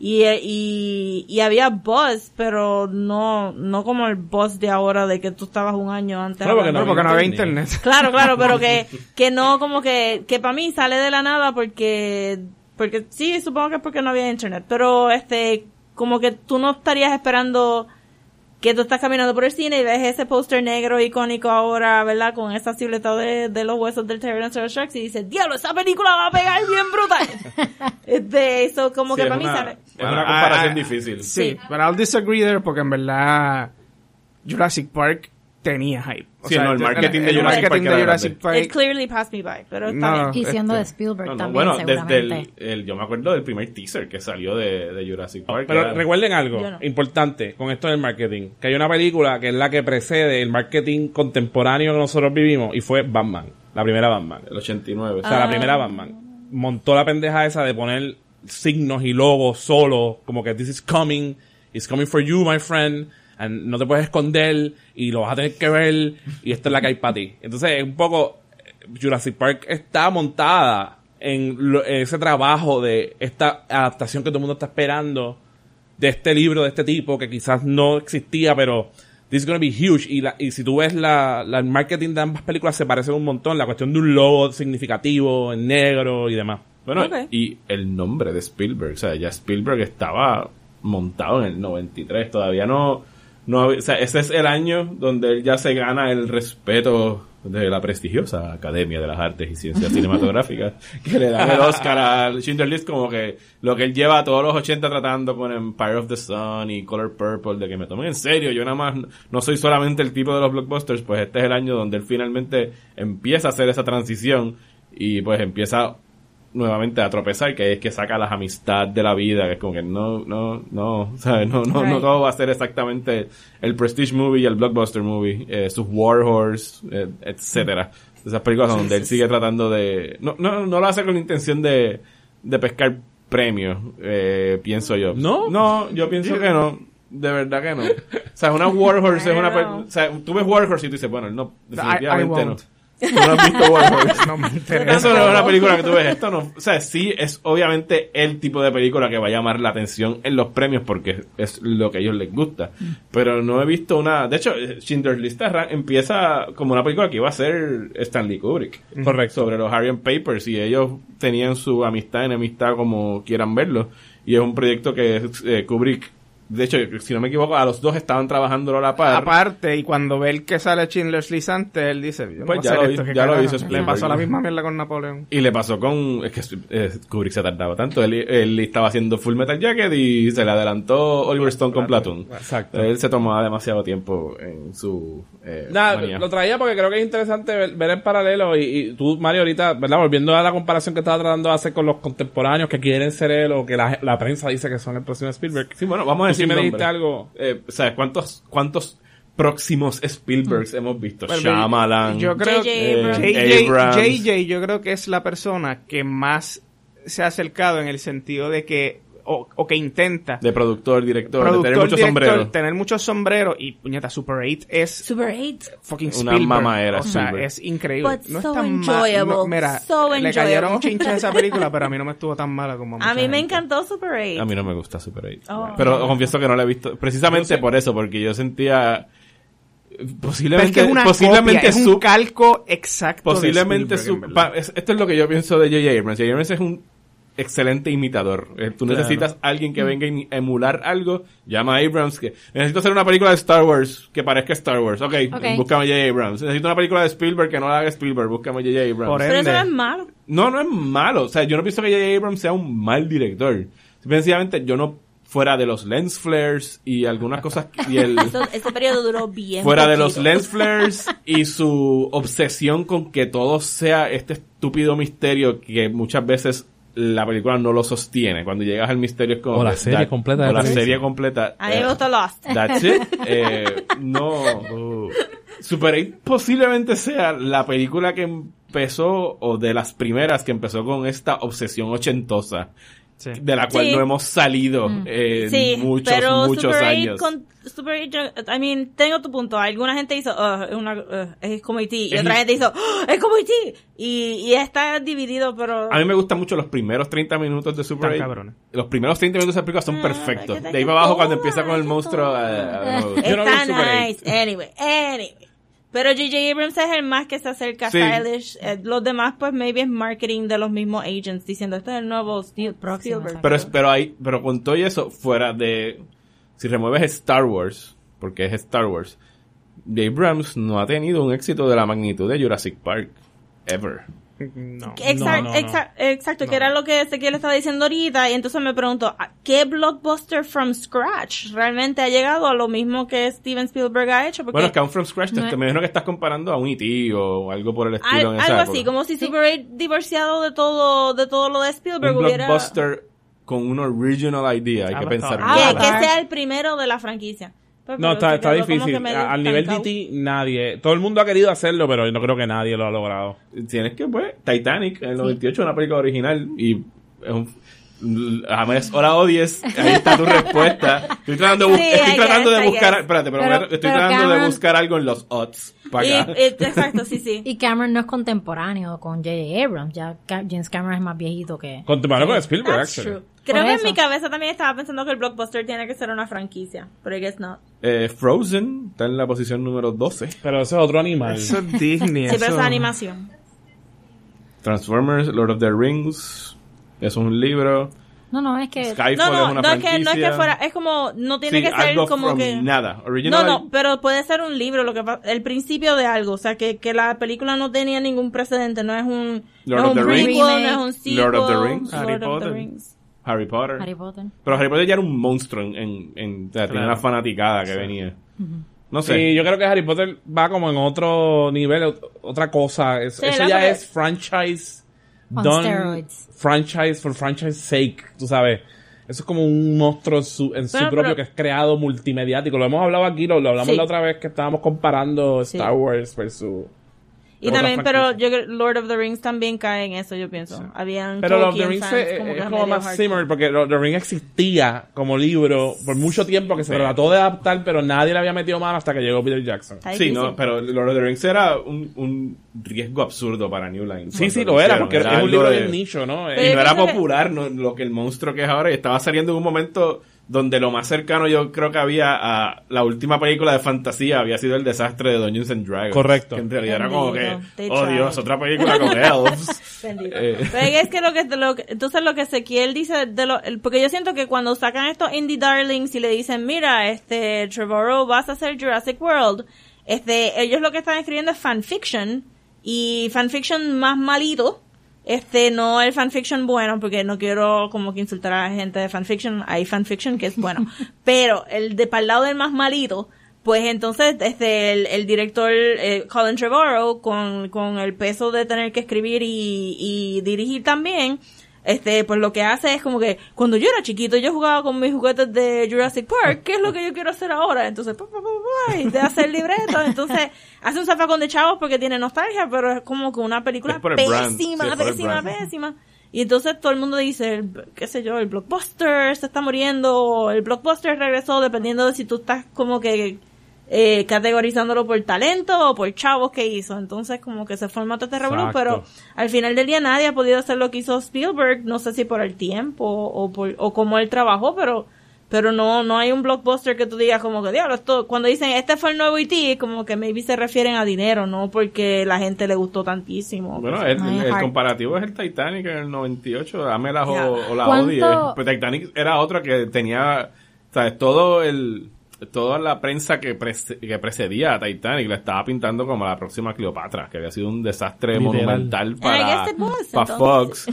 Y había buzz, pero no como el buzz de ahora de que tú estabas un año antes. No, porque No, hablando. porque no había internet. Claro, pero que no como que para mí sale de la nada porque sí, supongo que es porque no había internet, pero como que tú no estarías esperando que tú estás caminando por el cine y ves ese póster negro icónico ahora, ¿verdad? Con esa silueta de los huesos del Tyrannosaurus Rex y dices, diablo, esa película va a pegar bien brutal. Eso como Sí, que es para mí una- sale. Es una comparación Ah, difícil. Sí, pero I'll disagree there porque en verdad Jurassic Park tenía hype. O Sí, no, el marketing de el Jurassic marketing Park de era Jurassic It Park. clearly passed me by, pero está No, bien. Y siendo de Este, Spielberg No, no, también, bueno, desde seguramente. yo me acuerdo del primer teaser que salió de Jurassic Park. Pero era- recuerden algo Yo no. importante con esto del marketing, que hay una película que es la que precede el marketing contemporáneo que nosotros vivimos y fue Batman, la primera Batman. el 89. O sea, la primera Batman montó la pendeja esa de poner signos y logos solo, como que this is coming, it's coming for you, my friend, and no te puedes esconder y lo vas a tener que ver y esta es la que hay para ti. Entonces, es un poco Jurassic Park está montada en ese trabajo de esta adaptación que todo el mundo está esperando de este libro, de este tipo que quizás no existía, pero this is gonna be huge. Y si tú ves el marketing de ambas películas se parecen un montón. La cuestión de un logo significativo en negro y demás. Bueno, Ok. y el nombre de Spielberg, o sea, ya Spielberg estaba montado en el 93, todavía no, o sea, ese es el año donde él ya se gana el respeto de la prestigiosa Academia de las Artes y Ciencias Cinematográficas, que le dan el Oscar a Schindler's List, como que lo que él lleva todos los 80 tratando con Empire of the Sun y Color Purple, de que me tomen en serio, yo nada más no soy solamente el tipo de los blockbusters, pues este es el año donde él finalmente empieza a hacer esa transición y pues empieza nuevamente a tropezar, que es que saca las amistades de la vida, que es como que ¿sabes? No Right. todo va a ser exactamente el prestige movie y el blockbuster movie, sus War Horse, etcétera. Esas películas donde él sigue tratando de, no lo hace con la intención de pescar premios, pienso yo. ¿No? Yo pienso que no. De verdad que no. O sea, una War Horse es una, o sea, tú ves War Horse y tú dices, bueno, no, definitivamente I no. won't. Tú no has visto War Horse. No me interesa. Eso no es una película que tú ves. Esto no. O sea, sí es obviamente el tipo de película que va a llamar la atención en los premios porque es lo que a ellos les gusta. Pero no he visto una. De hecho, Schindler's List empieza como una película que iba a ser Stanley Kubrick. Correcto. Sobre los Aryan Papers. Y ellos tenían su amistad, enemistad, como quieran verlo. Y es un proyecto que Kubrick. De hecho, si no me equivoco, a los dos estaban trabajando a la par. Aparte, y cuando ve el que sale Schindler's List antes, él dice, yo no Pues voy a ya hacer lo esto, hizo- ¿qué ya lo carajo? hizo Le Spielberg, pasó la ¿no? misma mierda con Napoleón. Y le pasó con... Es que Kubrick se tardaba tanto. Él estaba haciendo Full Metal Jacket y se le adelantó Oliver Stone con Platoon. Exacto. Él se tomaba demasiado tiempo en su Nada, manía. lo traía porque creo que es interesante ver el paralelo y tú, Mario, ahorita, ¿verdad? Volviendo a la comparación que estaba tratando de hacer con los contemporáneos que quieren ser él o que la prensa dice que son el próximo Spielberg. Sí, bueno, vamos a Tú sí decir me nombres. dijiste algo. ¿Sabes cuántos próximos Spielbergs hemos visto? Bueno, Shyamalan. Yo creo J.J. que Abrams. JJ yo creo que es la persona que más se ha acercado en el sentido de que o que intenta De productor, director, de productor, tener muchos director, sombreros. tener muchos sombreros y puñeta Super 8 es Super 8. fucking Una Spielberg. mamadera, o sea, Spielberg. es increíble. But No es so tan mal. enjoyable, Mira, so le cayeron enjoyable. chinches a esa película, pero a mí no me estuvo tan mala como a mucha A mí me gente. encantó Super 8. A mí no me gusta Super 8. Oh. Pero confieso que no la he visto. Precisamente por eso, porque yo sentía... Pero es Posiblemente, que es una posiblemente copia, es un su... calco exacto Posiblemente de su... Spielberg, en verdad. esto es lo que yo pienso de J.J. Abrams. J.J. Abrams es un excelente imitador. Tú necesitas alguien que venga a emular algo, llama a Abrams, que necesito hacer una película de Star Wars que parezca Star Wars. Okay. Búscame a J.J. Abrams. Necesito una película de Spielberg que no la haga Spielberg, búscame a J.J. Abrams. Pero eso no es malo. No es malo. O sea, yo no pienso que J.J. Abrams sea un mal director. Sencillamente, yo no, fuera de los lens flares y algunas cosas, y ese periodo duró bien fuera poquito. de los lens flares y su obsesión con que todo sea este estúpido misterio que muchas veces la película no lo sostiene. Cuando llegas al misterio es como... O la serie completa. O la serie completa. A mí me gustó Lost. That's it. No. Super 8 posiblemente sea la película que empezó, o de las primeras que empezó con esta obsesión ochentosa. Sí. De la cual no hemos salido muchos Super años. 8 Super 8, tengo tu punto. Alguna gente hizo, es como E.T. Y otra gente hizo, es como E.T. Y está dividido, pero... A mí me gustan mucho los primeros 30 minutos de Super 8. Los primeros 30 minutos de esa película son perfectos. De ahí para abajo, cuando empieza con el monstruo... yo no vi Super 8. Anyway. Pero J.J. Abrams es el más que se acerca a stylish. Los demás, pues, maybe es marketing de los mismos agents, diciendo, este es el nuevo Spielberg. Pero con todo eso, fuera de... Si remueves Star Wars, porque es Star Wars, J.J. Abrams no ha tenido un éxito de la magnitud de Jurassic Park. Ever. No. Exacto, que era lo que Ezequiel estaba diciendo ahorita, y entonces me pregunto, ¿qué blockbuster from scratch realmente ha llegado a lo mismo que Steven Spielberg ha hecho? Porque bueno, es que aún from scratch, me imagino que estás comparando a un E.T. o algo por el estilo. Algo así, como si Super 8 divorciado de todo lo de Spielberg un hubiera... blockbuster con una original idea, hay que pensar. Que sea el primero de la franquicia. No, está difícil. Al nivel de E.T. nadie. Todo el mundo ha querido hacerlo, pero yo no creo que nadie lo ha logrado. Tienes que, pues, Titanic en el 98, una película original, y es un... Jamás o la odies, ahí está tu respuesta. Estoy tratando de buscar, espérate, estoy tratando de buscar algo en los odds. Exacto, sí. Y Cameron no es contemporáneo con J.J. Abrams, ya James Cameron es más viejito que... Contemporáneo con Spielberg, actually. Creo que en mi cabeza también estaba pensando que el blockbuster tiene que ser una franquicia, pero I guess not. Frozen está en la posición número 12. Pero eso es otro animal. Eso es Disney. Sí, pero es animación. Transformers, Lord of the Rings, es un libro. No, es que... Skyfall es una franquicia. No es que fuera, es como, no tiene que ser como que... nada. Original. No, pero puede ser un libro, el principio de algo, o sea, que la película no tenía ningún precedente, no es un prequel, no es un sequel. Lord of the Rings. Harry Potter. Pero Harry Potter ya era un monstruo tenía una fanaticada que venía. No sé. Sí, yo creo que Harry Potter va como en otro nivel, otra cosa. Eso ya es franchise done, franchise for franchise sake, tú sabes. Eso es como un monstruo en su propio, que es creado multimediático. Lo hemos hablado aquí, lo hablamos la otra vez que estábamos comparando Star Wars versus... Y también, pero yo creo Lord of the Rings también cae en eso, yo pienso. Sí. Pero Lord of the Rings es como más similar, porque Lord of the Rings existía como libro por mucho tiempo, que se trató de adaptar, pero nadie le había metido mano hasta que llegó Peter Jackson. Sí, no, pero Lord of the Rings era un riesgo absurdo para New Line. Sí, lo era, porque es un libro de nicho, ¿no? Y no era popular lo que el monstruo que es ahora, y estaba saliendo en un momento donde lo más cercano yo creo que había a la última película de fantasía había sido el desastre de Dungeons and Dragons. Correcto. Que en realidad era como que, Dios, otra película con elves. Pero es que entonces lo que Ezequiel dice porque yo siento que cuando sacan estos indie darlings y le dicen, mira, Trevorrow, vas a hacer Jurassic World, ellos lo que están escribiendo es fanfiction, y fanfiction más malito. No el fanfiction bueno, porque no quiero como que insultar a la gente de fanfiction. Hay fanfiction que es bueno. Pero para el lado del más malito, pues entonces el director Colin Trevorrow, con el peso de tener que escribir y dirigir también, pues lo que hace es como que cuando yo era chiquito yo jugaba con mis juguetes de Jurassic Park, ¿qué es lo que yo quiero hacer ahora? Entonces y te hace el libreto, entonces hace un zafacón de chavos porque tiene nostalgia, pero es como que una película pésima. Y entonces todo el mundo dice, qué sé yo, el blockbuster se está muriendo, el blockbuster regresó, dependiendo de si tú estás como que categorizándolo por talento o por chavos que hizo. Entonces como que se forma todo este revolú, pero al final del día nadie ha podido hacer lo que hizo Spielberg, no sé si por el tiempo o como él trabajó, pero pero no hay un blockbuster que tú digas como que, diablo, esto, cuando dicen este fue el nuevo E.T., como que maybe se refieren a dinero, no porque la gente le gustó tantísimo. Bueno, el comparativo es el Titanic en el 98, dámelas o la ¿Cuánto? odie. Pues Titanic era otra que tenía, ¿sabes? Toda la prensa que precedía a Titanic la estaba pintando como la próxima Cleopatra, que había sido un desastre monumental para Fox.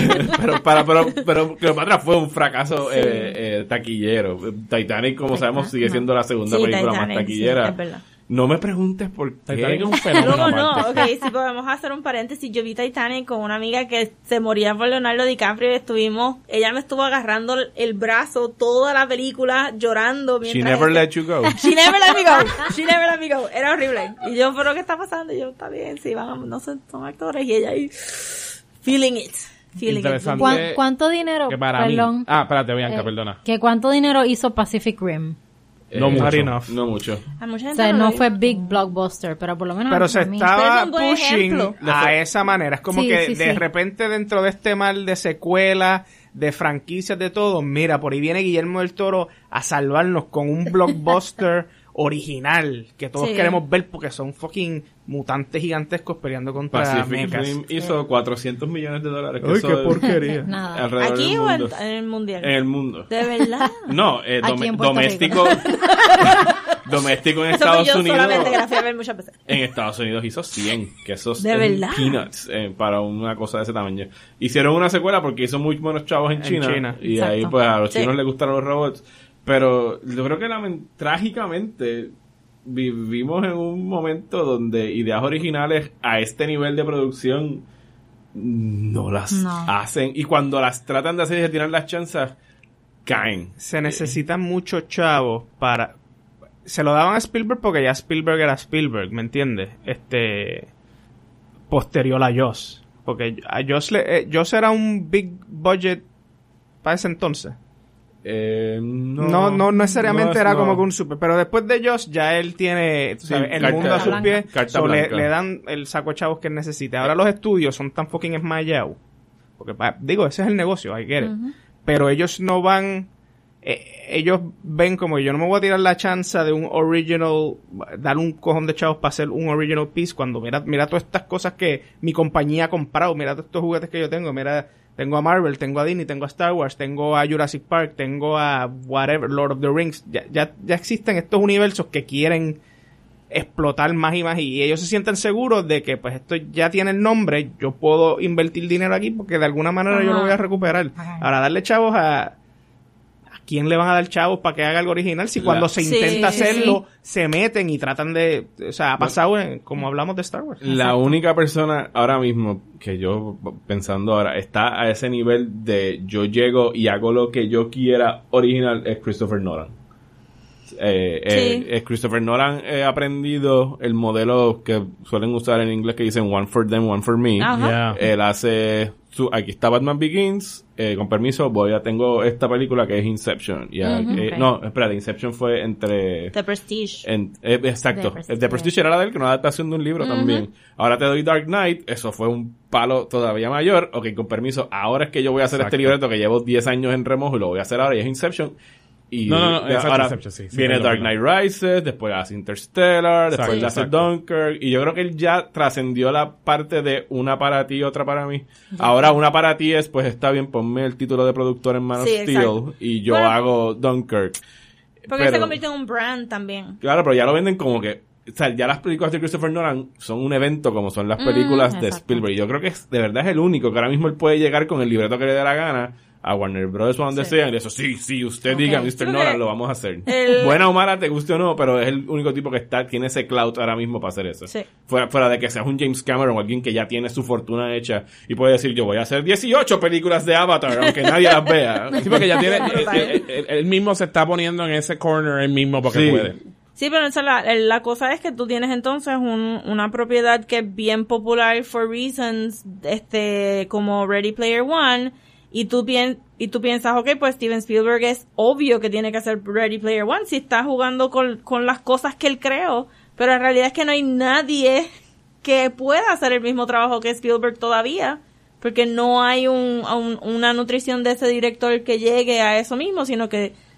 pero Cleopatra fue un fracaso taquillero. Titanic, como sabemos, sigue siendo la segunda película Titanic, más taquillera. Sí, es verdad. No me preguntes por qué. Titanic es un fenómeno. No, aparte. ok, si podemos hacer un paréntesis, yo vi Titanic con una amiga que se moría por Leonardo DiCaprio y ella me estuvo agarrando el brazo toda la película, llorando mientras... She never let you go. She never let me go. She never let me go. Era horrible. Y yo, ¿pero qué está pasando? Y yo, está bien, sí, no sé, son actores. Y ella ahí, feeling it. Interesante. ¿Cuánto dinero? Que para Perdón. mí... Espérate, Bianca, perdona. ¿Que cuánto dinero hizo Pacific Rim? No mucho. Not enough. No mucho. A mucha O gente sea, no lo fue dijo. big blockbuster, pero por lo menos Pero a se mí. Pero estaba es un buen pushing ejemplo. a esa manera. Es como Sí, que sí, de sí. repente dentro de este mal de secuelas, de franquicias, de todo, mira, por ahí viene Guillermo del Toro a salvarnos con un blockbuster original que todos Sí. queremos ver porque son fucking mutantes gigantescos peleando contra Pacific mechas. Rim hizo $400 millones. Que Ay, eso qué es porquería. Nada. alrededor ¿Aquí del o mundo. en el mundial? En el mundo. ¿De verdad? No, Aquí en Puerto doméstico. Doméstico en Eso fue Estados yo Unidos. solamente que la fui a ver muchas veces. En Estados Unidos hizo 100, que esos ¿De es verdad? peanuts para una cosa de ese tamaño. Hicieron una secuela porque hizo muy buenos chavos en China. Y Exacto. ahí pues a los Sí. chinos les gustaron los robots. Pero yo creo que trágicamente vivimos en un momento donde ideas originales a este nivel de producción no las hacen. Y cuando las tratan de hacer y de tirar las chanzas, caen. Se necesitan muchos chavos para... Se lo daban a Spielberg porque ya Spielberg era Spielberg, ¿me entiendes? Posterior a Joss. Porque a Joss era un big budget para ese entonces. No necesariamente era como que un super, pero después de Joss ya él tiene, tú sabes, el mundo a sus pies, carta le blanca. dan el saco de chavos que él necesita. Ahora los estudios son tan fucking esmayados, porque digo, ese es el negocio, I get it. Pero ellos no van, ellos ven como yo no me voy a tirar la chanza de un original, dar un cojón de chavos para hacer un original piece cuando mira todas estas cosas que mi compañía ha comprado, mira todos estos juguetes que yo tengo, mira. Tengo a Marvel, tengo a Disney, tengo a Star Wars, tengo a Jurassic Park, tengo a whatever, Lord of the Rings. Ya existen estos universos que quieren explotar más y ellos se sienten seguros de que pues esto ya tiene el nombre, yo puedo invertir dinero aquí porque de alguna manera yo lo voy a recuperar. Ahora darle chavos a quién le van a dar chavos para que haga algo original si cuando se intenta hacerlo se meten y tratan de, o sea, ha pasado como hablamos de Star Wars. La única persona ahora mismo que yo, pensando ahora, está a ese nivel de yo llego y hago lo que yo quiera original es Christopher Nolan. Christopher Nolan ha aprendido el modelo que suelen usar en inglés que dicen one for them, one for me. Ajá. Él hace aquí está Batman Begins, con permiso tengo esta película que es Inception. No, espérate, Inception fue entre The Prestige. exacto. The Prestige era la de él, que una adaptación de un libro también. Ahora te doy Dark Knight, eso fue un palo todavía mayor. Ok, con permiso, ahora es que yo voy a hacer este libreto que llevo 10 años en remojo y lo voy a hacer ahora y es Inception. Y exacto, ahora Inception, sí, viene perdón, Dark Knight Rises, después hace Interstellar, después Exacto, hace exacto. Dunkirk, y yo creo que él ya trascendió la parte de una para ti, otra para mí. Ahora una para ti es, pues está bien, ponme el título de productor en Man of Steel exacto. y yo Bueno, hago Dunkirk. Porque él se convirtió en un brand también. Claro, pero ya lo venden como que, o sea, ya las películas de Christopher Nolan son un evento como son las películas de exacto. Spielberg. Yo creo que de verdad es el único que ahora mismo él puede llegar con el libreto que le dé la gana a Warner Bros. O donde sea, y eso sí, usted diga, Mr. Porque Nolan, lo vamos a hacer. el- Buena o mala, te guste o no, pero es el único tipo que tiene ese clout ahora mismo para hacer eso. Sí. Fuera de que seas un James Cameron o alguien que ya tiene su fortuna hecha y puede decir, yo voy a hacer 18 películas de Avatar, aunque nadie las vea. Sí, porque ya tiene... él mismo se está poniendo en ese corner él mismo porque Sí. puede. Sí, pero esa la cosa es que tú tienes entonces una propiedad que es bien popular for reasons, como Ready Player One, y tú piensas, ok, pues Steven Spielberg es obvio que tiene que hacer Ready Player One si está jugando con las cosas que él creó, pero en realidad es que no hay nadie que pueda hacer el mismo trabajo que Spielberg todavía, porque no hay una nutrición de ese director que llegue a eso mismo, sino que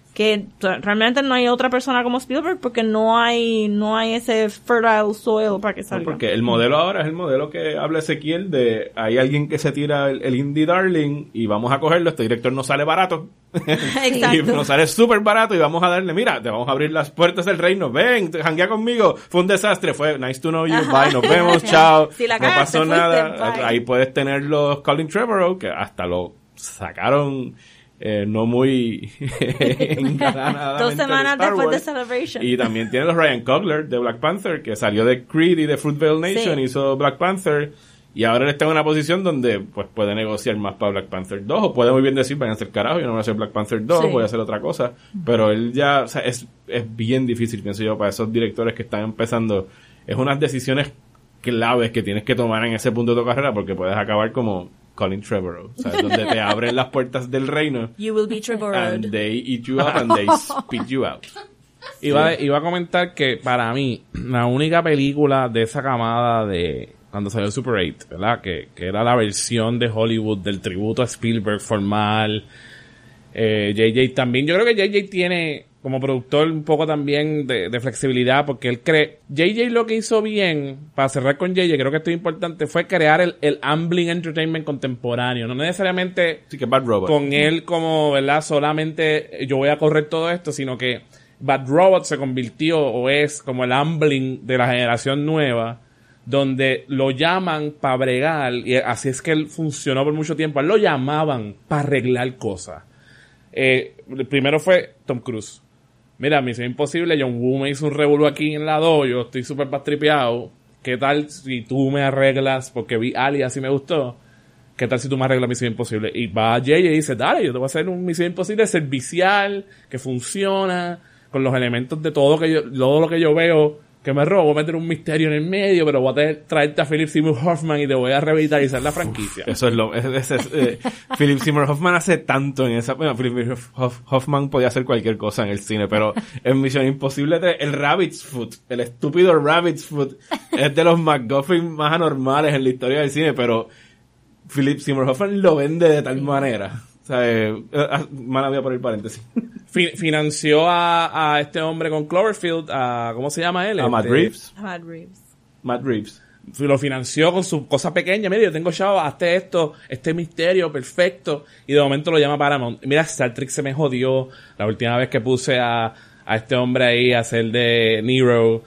que realmente no hay otra persona como Spielberg porque no hay ese fertile soil para que salga. No, porque el modelo ahora es el modelo que habla Ezequiel de hay alguien que se tira el indie darling y vamos a cogerlo, este director nos sale barato. Exacto. Y nos sale súper barato y vamos a darle, mira, te vamos a abrir las puertas del reino, ven, janguea conmigo, fue un desastre, fue nice to know you, bye, nos vemos, chao, Si la no cagaste, pasó fuiste, nada. bye. Ahí puedes tener los Colin Trevorrow, que hasta lo sacaron no muy engalanadamente 2 semanas de Star después de Wars. Celebration. Y también tiene los Ryan Coogler de Black Panther, que salió de Creed y de Fruitvale Nation, Sí. hizo Black Panther, y ahora él está en una posición donde pues puede negociar más para Black Panther 2, o puede muy bien decir, vayan a hacer carajo, yo no voy a hacer Black Panther 2, Sí. voy a hacer otra cosa, pero él ya, o sea, es bien difícil, pienso yo, para esos directores que están empezando, es unas decisiones claves que tienes que tomar en ese punto de tu carrera, porque puedes acabar como Colin Trevorrow, ¿sabes? Donde te abren las puertas del reino, You will be Trevorrowed. and they eat you up and they spit you out. Iba a comentar que para mí, la única película de esa camada de cuando salió Super 8, ¿verdad? Que era la versión de Hollywood del tributo a Spielberg formal. JJ también. Yo creo que JJ tiene como productor un poco también de flexibilidad porque él cree... JJ lo que hizo bien, para cerrar con JJ, creo que esto es importante, fue crear el Amblin Entertainment contemporáneo. No necesariamente Así que Bad Robot. con él como, ¿verdad? Solamente yo voy a correr todo esto, sino que Bad Robot se convirtió o es como el Amblin de la generación nueva, donde lo llaman para bregar, y así es que él funcionó por mucho tiempo. A él lo llamaban para arreglar cosas. El primero fue Tom Cruise. Mira, Misión Imposible, John Woo me hizo un revolú aquí en la 2, yo estoy súper pastripeado. ¿Qué tal si tú me arreglas? Porque vi Alias y me gustó. ¿Qué tal si tú me arreglas Misión Imposible? Y va Jay y dice, dale, yo te voy a hacer un Misión Imposible servicial, que funciona, con los elementos de todo lo que yo veo que me robo, voy a meter un misterio en el medio, pero voy a traerte a Philip Seymour Hoffman y te voy a revitalizar la franquicia. Eso es Philip Seymour Hoffman hace tanto en esa... Bueno, Philip Hoffman podía hacer cualquier cosa en el cine, pero en Misión Imposible el Rabbit's Foot, el estúpido Rabbit's Foot, es de los MacGuffin más anormales en la historia del cine, pero Philip Seymour Hoffman lo vende de tal manera. O sea, mala vida por el paréntesis. Financió a este hombre con Cloverfield, ¿cómo se llama él? A Matt Reeves. Matt Reeves. Matt Reeves. Lo financió con su cosa pequeña. Mira, yo tengo chavo, hazte esto, este misterio, perfecto. Y de momento lo llama Paramount. Mira, Star Trek se me jodió. La última vez que puse a este hombre ahí a hacer de Nero.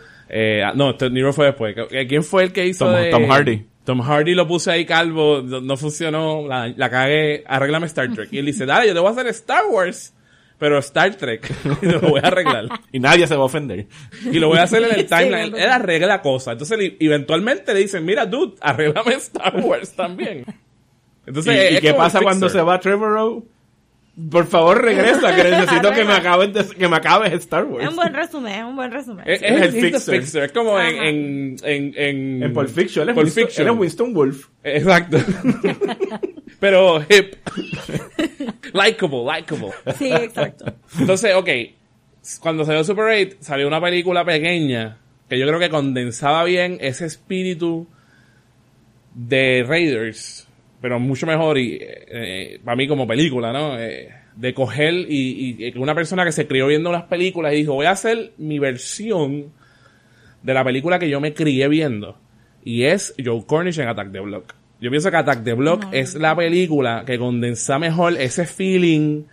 Nero fue después. ¿Quién fue el que hizo Tom Hardy. Tom Hardy lo puse ahí calvo, no funcionó, la cagué, arréglame Star Trek. Y él dice, dale, yo te voy a hacer Star Wars, pero Star Trek, y lo voy a arreglar. Y nadie se va a ofender. Y lo voy a hacer en el timeline. Sí, Él arregla cosas. Entonces, eventualmente le dicen, mira, dude, arréglame Star Wars también. Entonces, ¿Y es qué como pasa un cuando fixer. se va Trevorrow? Por favor, regresa, que necesito que me acabes Star Wars. Es un buen resumen. Es el el fixer. fixer. Es como Ajá. En Pulp Fiction, él Pulp es Fiction. Winston Wolfe. Exacto. Pero hip. Likeable. Sí, exacto. Entonces, cuando salió Super 8, salió una película pequeña que yo creo que condensaba bien ese espíritu de Raiders, pero mucho mejor y para mí como película, ¿no? De coger y una persona que se crió viendo unas películas y dijo, voy a hacer mi versión de la película que yo me crié viendo. Y es Joe Cornish en Attack the Block. Yo pienso que Attack the Block es la película que condensa mejor ese feeling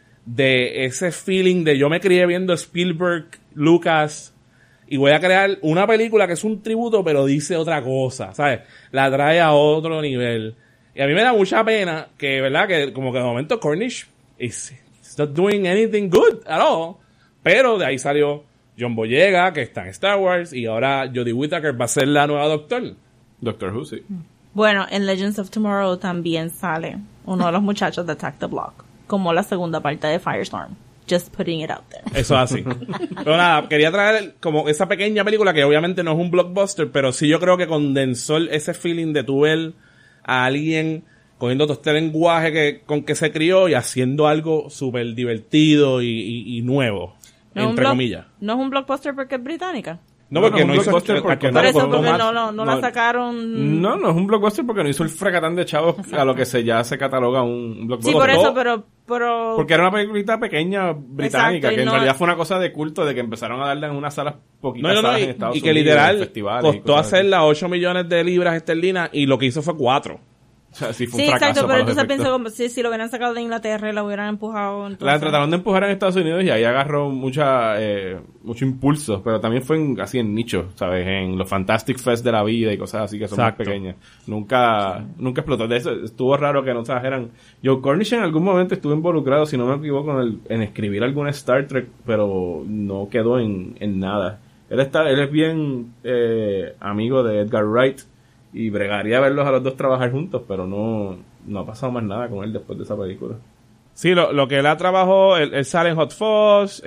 de yo me crié viendo Spielberg, Lucas, y voy a crear una película que es un tributo pero dice otra cosa, ¿sabes? La trae a otro nivel. Y a mí me da mucha pena que, ¿verdad? Que como que de momento Cornish is not doing anything good at all. Pero de ahí salió John Boyega, que está en Star Wars, y ahora Jodie Whittaker va a ser la nueva Doctor Who, sí. Bueno, en Legends of Tomorrow también sale uno de los muchachos de Attack the Block, como la segunda parte de Firestorm. Just putting it out there. Eso es así. Pero nada, quería traer como esa pequeña película que obviamente no es un blockbuster, pero sí yo creo que condensó ese feeling de tu ver a alguien cogiendo todo este lenguaje con que se crió y haciendo algo súper divertido y nuevo, entre comillas. ¿No es un blockbuster porque es británica? No, porque no hizo blockbuster porque Por eso, costó porque más. no la sacaron. No es un blockbuster porque no hizo el fracatán de chavos a lo que ya se cataloga un blockbuster. Sí, por eso, Costó- pero Porque era una peliculita pequeña británica, Exacto, y que en no- realidad fue una cosa de culto, de que empezaron a darla en unas salas, poquitas salas en Estados y que Unidos, en literal festivales y costó cosas así. hacerla 8 millones de libras esterlinas y lo que hizo fue 4. O sea, sí fue sí, un fracaso exacto, pero para los entonces efectos. pienso como si lo hubieran sacado de Inglaterra y la hubieran empujado. Entonces... La trataron de empujar en Estados Unidos y ahí agarró mucho impulso, pero también fue así en nicho, ¿sabes? En los Fantastic Fest de la vida y cosas así que son Exacto. más pequeñas. Nunca explotó. De eso estuvo raro que no trajeran. Joe Cornish en algún momento estuvo involucrado, si no me equivoco, en escribir alguna Star Trek, pero no quedó en nada. Él es bien amigo de Edgar Wright y bregaría verlos a los dos trabajar juntos, pero no ha pasado más nada con él después de esa película. Sí, lo que él ha trabajado, él sale en Hot Fuzz,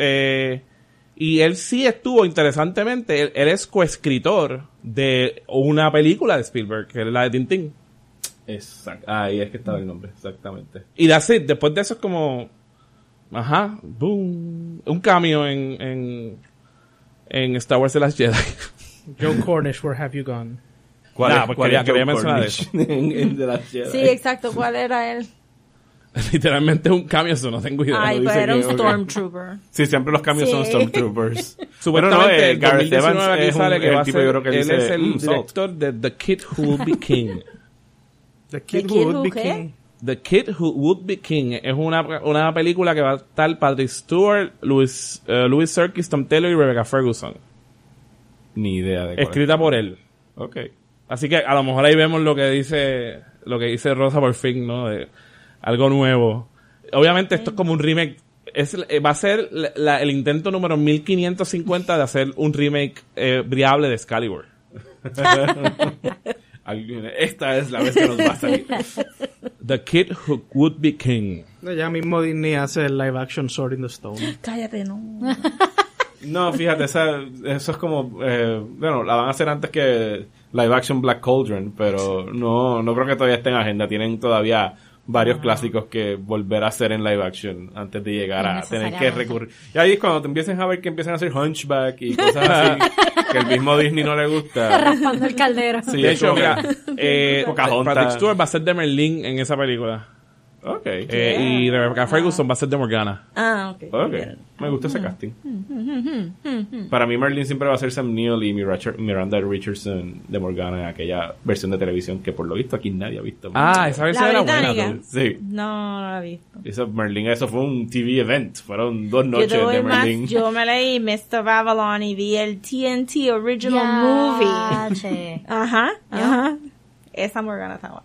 y él sí estuvo, interesantemente, él es coescritor de una película de Spielberg, que es la de Tintín. Exacto. Ahí es que estaba el nombre, exactamente. Y that's it. Después de eso es como, ajá, boom, un cameo en Star Wars The Last Jedi. Joe Cornish, where have you gone? Nah, pues quería Joe mencionar Cornish en The Last Jedi? Sí, exacto. ¿Cuál era él? Literalmente es un cameo, eso no tengo idea. Ay, dice pues era un que- ok. Stormtrooper. Sí, siempre los cambios Sí. son Stormtroopers. Supuestamente el Gareth 2019 Evans aquí es sale que va a tipo, yo ser, creo que él dice, es el Salt. director de The Kid Who Would Be King. The Kid Kid Who Would Who Be qué? King. The Kid Who Would Be King es una película que va a estar Patrick Stewart, Louis Serkis, Tom Taylor y Rebecca Ferguson. Ni idea de cuál Escrita por él. es. Ok. Así que a lo mejor ahí vemos lo que dice Rosa por fin, ¿no? De algo nuevo. Obviamente esto es como un remake. Va a ser el intento número 1550 de hacer un remake viable de Excalibur. Esta es la vez que nos va a salir. The Kid Who Would Be King. Ya mismo Disney hace el live action Sword in the Stone. Cállate, no. No, fíjate, eso es como... bueno, la van a hacer antes que live action Black Cauldron, pero no creo que todavía esté en agenda. Tienen todavía varios clásicos que volver a hacer en live action antes de llegar a tener que recurrir. Y ahí es cuando te empiecen a ver que empiezan a hacer Hunchback y cosas así que el mismo Disney no le gusta. Raspando el caldero. Sí, De es hecho, como mira, Pocahontas. Patrick Stewart va a ser de Merlin en esa película. Ok. Y Rebecca Ferguson va a ser de Morgana. Ah, ok. Ok, me gusta ese casting. Para mí Merlin siempre va a ser Sam Neill y Miranda Richardson de Morgana en aquella versión de televisión que por lo visto aquí nadie ha visto. Esa versión ¿La era buena. británica? tú. Sí, No la he visto. eso fue un TV event. Fueron 2 Yo noches te voy de más, Merlin. yo me leí Mr. Avalon y vi el TNT Original Movie. Che. Ajá. Esa Morgana estaba.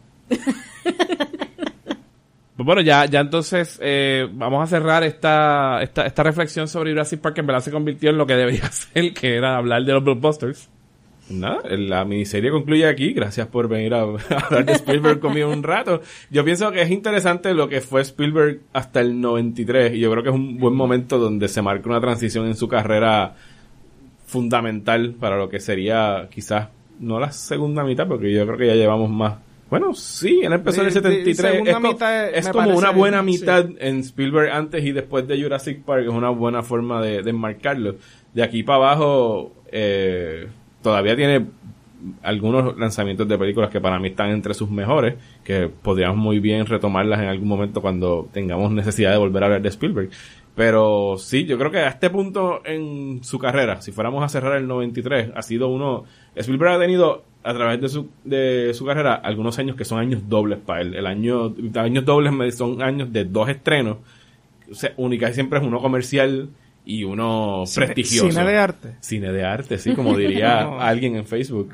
Pues bueno, ya entonces vamos a cerrar esta reflexión sobre Jurassic Park, que en verdad se convirtió en lo que debería ser, que era hablar de los blockbusters. Nada, la miniserie concluye aquí. Gracias por venir a hablar de Spielberg conmigo un rato. Yo pienso que es interesante lo que fue Spielberg hasta el 93 y yo creo que es un buen momento donde se marca una transición en su carrera fundamental para lo que sería quizás no la segunda mitad, porque yo creo que ya llevamos más. Bueno, sí, él empezó en el 73. segunda Es mitad, es me como parece, una buena sí. mitad en Spielberg antes y después de Jurassic Park. Es una buena forma de enmarcarlo. De aquí para abajo, todavía tiene algunos lanzamientos de películas que para mí están entre sus mejores, que podríamos muy bien retomarlas en algún momento cuando tengamos necesidad de volver a hablar de Spielberg. Pero sí, yo creo que a este punto en su carrera, si fuéramos a cerrar el 93, ha sido Spielberg ha tenido a través de su carrera algunos años que son años dobles para él. Años dobles son años de 2 estrenos, o sea, única y siempre es uno comercial y uno prestigioso. Cine de arte. Cine de arte, sí, como diría No. alguien en Facebook.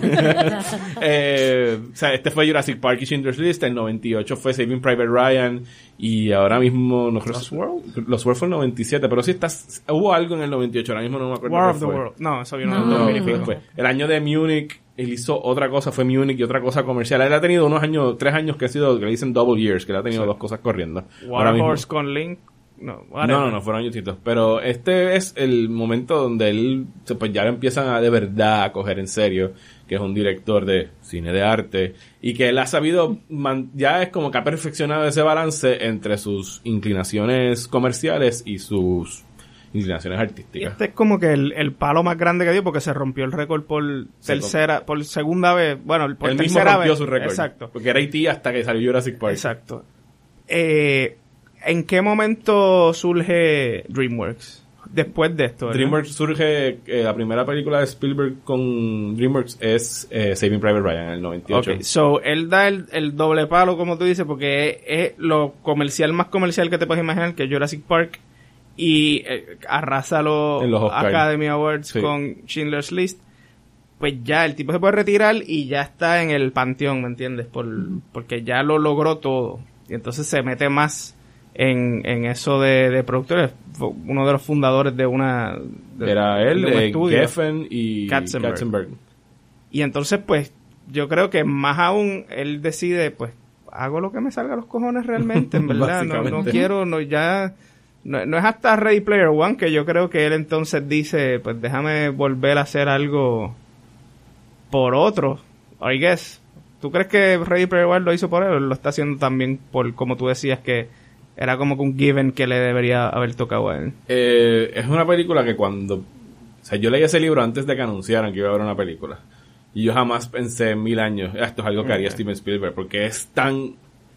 O sea, este fue Jurassic Park y Schindler's List, el 98 fue Saving Private Ryan y ahora mismo no creo Lost World. Lost World fue el 97, pero sí hubo algo en el 98, ahora mismo no me acuerdo War qué of the fue. World. No, eso vino en el No, 2000 y fue pico. después. El año de Munich, él hizo otra cosa, fue Munich y otra cosa comercial. Él ha tenido 3 años que le dicen double years, que él ha tenido 2 cosas corriendo. Ahora War mismo- Horse con Link. No, whatever. no, fueron años distintos. Pero este es el momento donde él, pues ya lo empiezan a de verdad a coger en serio, que es un director de cine de arte, y que él ha sabido, ya es como que ha perfeccionado ese balance entre sus inclinaciones comerciales y sus inclinaciones Y artísticas. este es como que el palo más grande que dio porque se rompió el récord por segunda vez. Bueno, por Él mismo tercera rompió vez. su récord. Exacto. Porque era E.T. hasta que salió Jurassic Park. Exacto. ¿En qué momento surge DreamWorks? Después de esto, ¿verdad? DreamWorks surge, la primera película de Spielberg con DreamWorks es Saving Private Ryan en el 98. Ok, so él da el doble palo, como tú dices, porque es lo comercial más comercial que te puedes imaginar, que es Jurassic Park, y arrasa En los Oscar. Academy Awards Sí. con Schindler's List. Pues ya el tipo se puede retirar y ya está en el panteón, ¿me entiendes? Porque ya lo logró todo. Y entonces se mete más en eso de productores. Fue uno de los fundadores de una... Era él, de un estudio. Geffen y Katzenberg. Y entonces, pues, yo creo que más aún él decide, pues, hago lo que me salga a los cojones realmente, en verdad. No Básicamente. quiero, no es hasta Ready Player One que yo creo que él entonces dice, pues, déjame volver a hacer algo por otro, I guess. ¿Tú crees que Ready Player One lo hizo por él o lo está haciendo también por, como tú decías, que era como que un given que le debería haber tocado a él? Es una película que cuando... O sea, yo leí ese libro antes de que anunciaran que iba a haber una película. Y yo jamás pensé en 1000 años, esto es algo que haría Steven Spielberg, porque es tan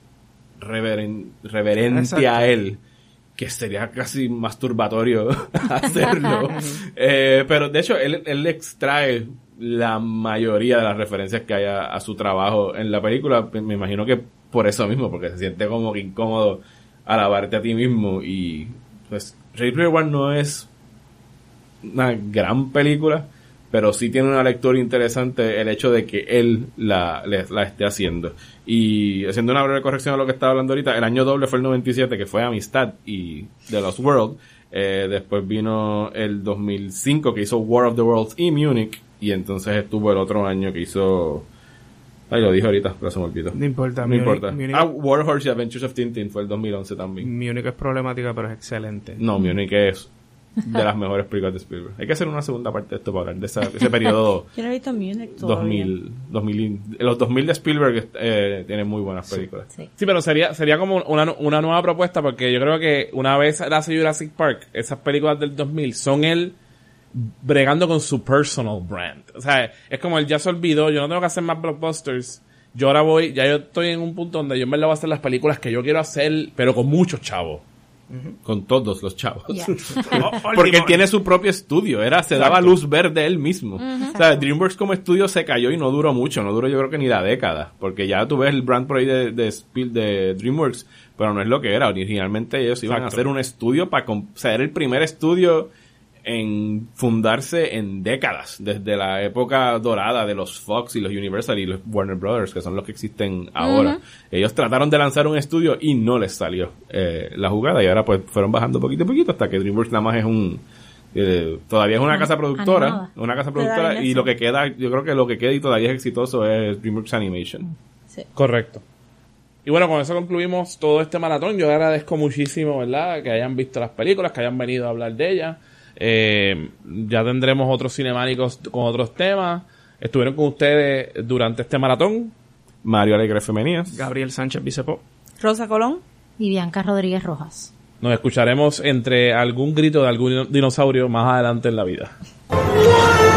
reverente Exacto. a él que sería casi masturbatorio hacerlo. Pero de hecho, él extrae la mayoría de las referencias que hay a su trabajo en la película. Me imagino que por eso mismo, porque se siente como que incómodo alabarte a ti mismo. Y pues Ready Player One no es una gran película, pero sí tiene una lectura interesante el hecho de que él la esté haciendo. Y haciendo una breve corrección a lo que estaba hablando ahorita, el año doble fue el 97, que fue Amistad y The Lost World. Después vino el 2005, que hizo War of the Worlds y Munich. Y entonces estuvo el otro año que hizo... Ay, lo dije ahorita, pero se me olvidó. No importa. No importa. Munich, War Horse y Adventures of Tintin fue el 2011 también. Munich es problemática, pero es excelente. No, Munich es de las mejores películas de Spielberg. Hay que hacer una segunda parte de esto para hablar de ese periodo Yo no he visto Munich todavía. 2000. Los 2000 de Spielberg tienen muy buenas películas. Sí. Sí, pero sería como una nueva propuesta, porque yo creo que una vez él hace Jurassic Park, esas películas del 2000 son él bregando con su personal brand. O sea, es como él ya se olvidó, yo no tengo que hacer más blockbusters. Yo ahora ya yo estoy en un punto donde yo en verdad voy a hacer las películas que yo quiero hacer, pero con muchos chavos. Con todos los chavos. Yeah. Porque él tiene su propio estudio. Se daba luz verde él mismo. O sea, DreamWorks como estudio se cayó y no duró mucho. No duró yo creo que ni la década. Porque ya tú ves el brand por ahí de DreamWorks, pero no es lo que era. Originalmente ellos iban a hacer un estudio para... O sea, era el primer estudio en fundarse en décadas, desde la época dorada de los Fox y los Universal y los Warner Brothers, que son los que existen ahora. Ellos trataron de lanzar un estudio y no les salió la jugada, y ahora pues fueron bajando poquito a poquito hasta que DreamWorks nada más es todavía es una casa productora, y lo que queda, yo creo que lo que queda y todavía es exitoso es DreamWorks Animation. Sí. Correcto. Y bueno, con eso concluimos todo este maratón. Yo agradezco muchísimo, ¿verdad?, que hayan visto las películas, que hayan venido a hablar de ellas. Ya tendremos otros cinemáticos con otros temas. Estuvieron con ustedes durante este maratón Mario Alegre Femenías, Gabriel Sánchez Bicepo. Rosa Colón. Y Bianca Rodríguez Rojas. Nos escucharemos entre algún grito de algún dinosaurio más adelante en la vida.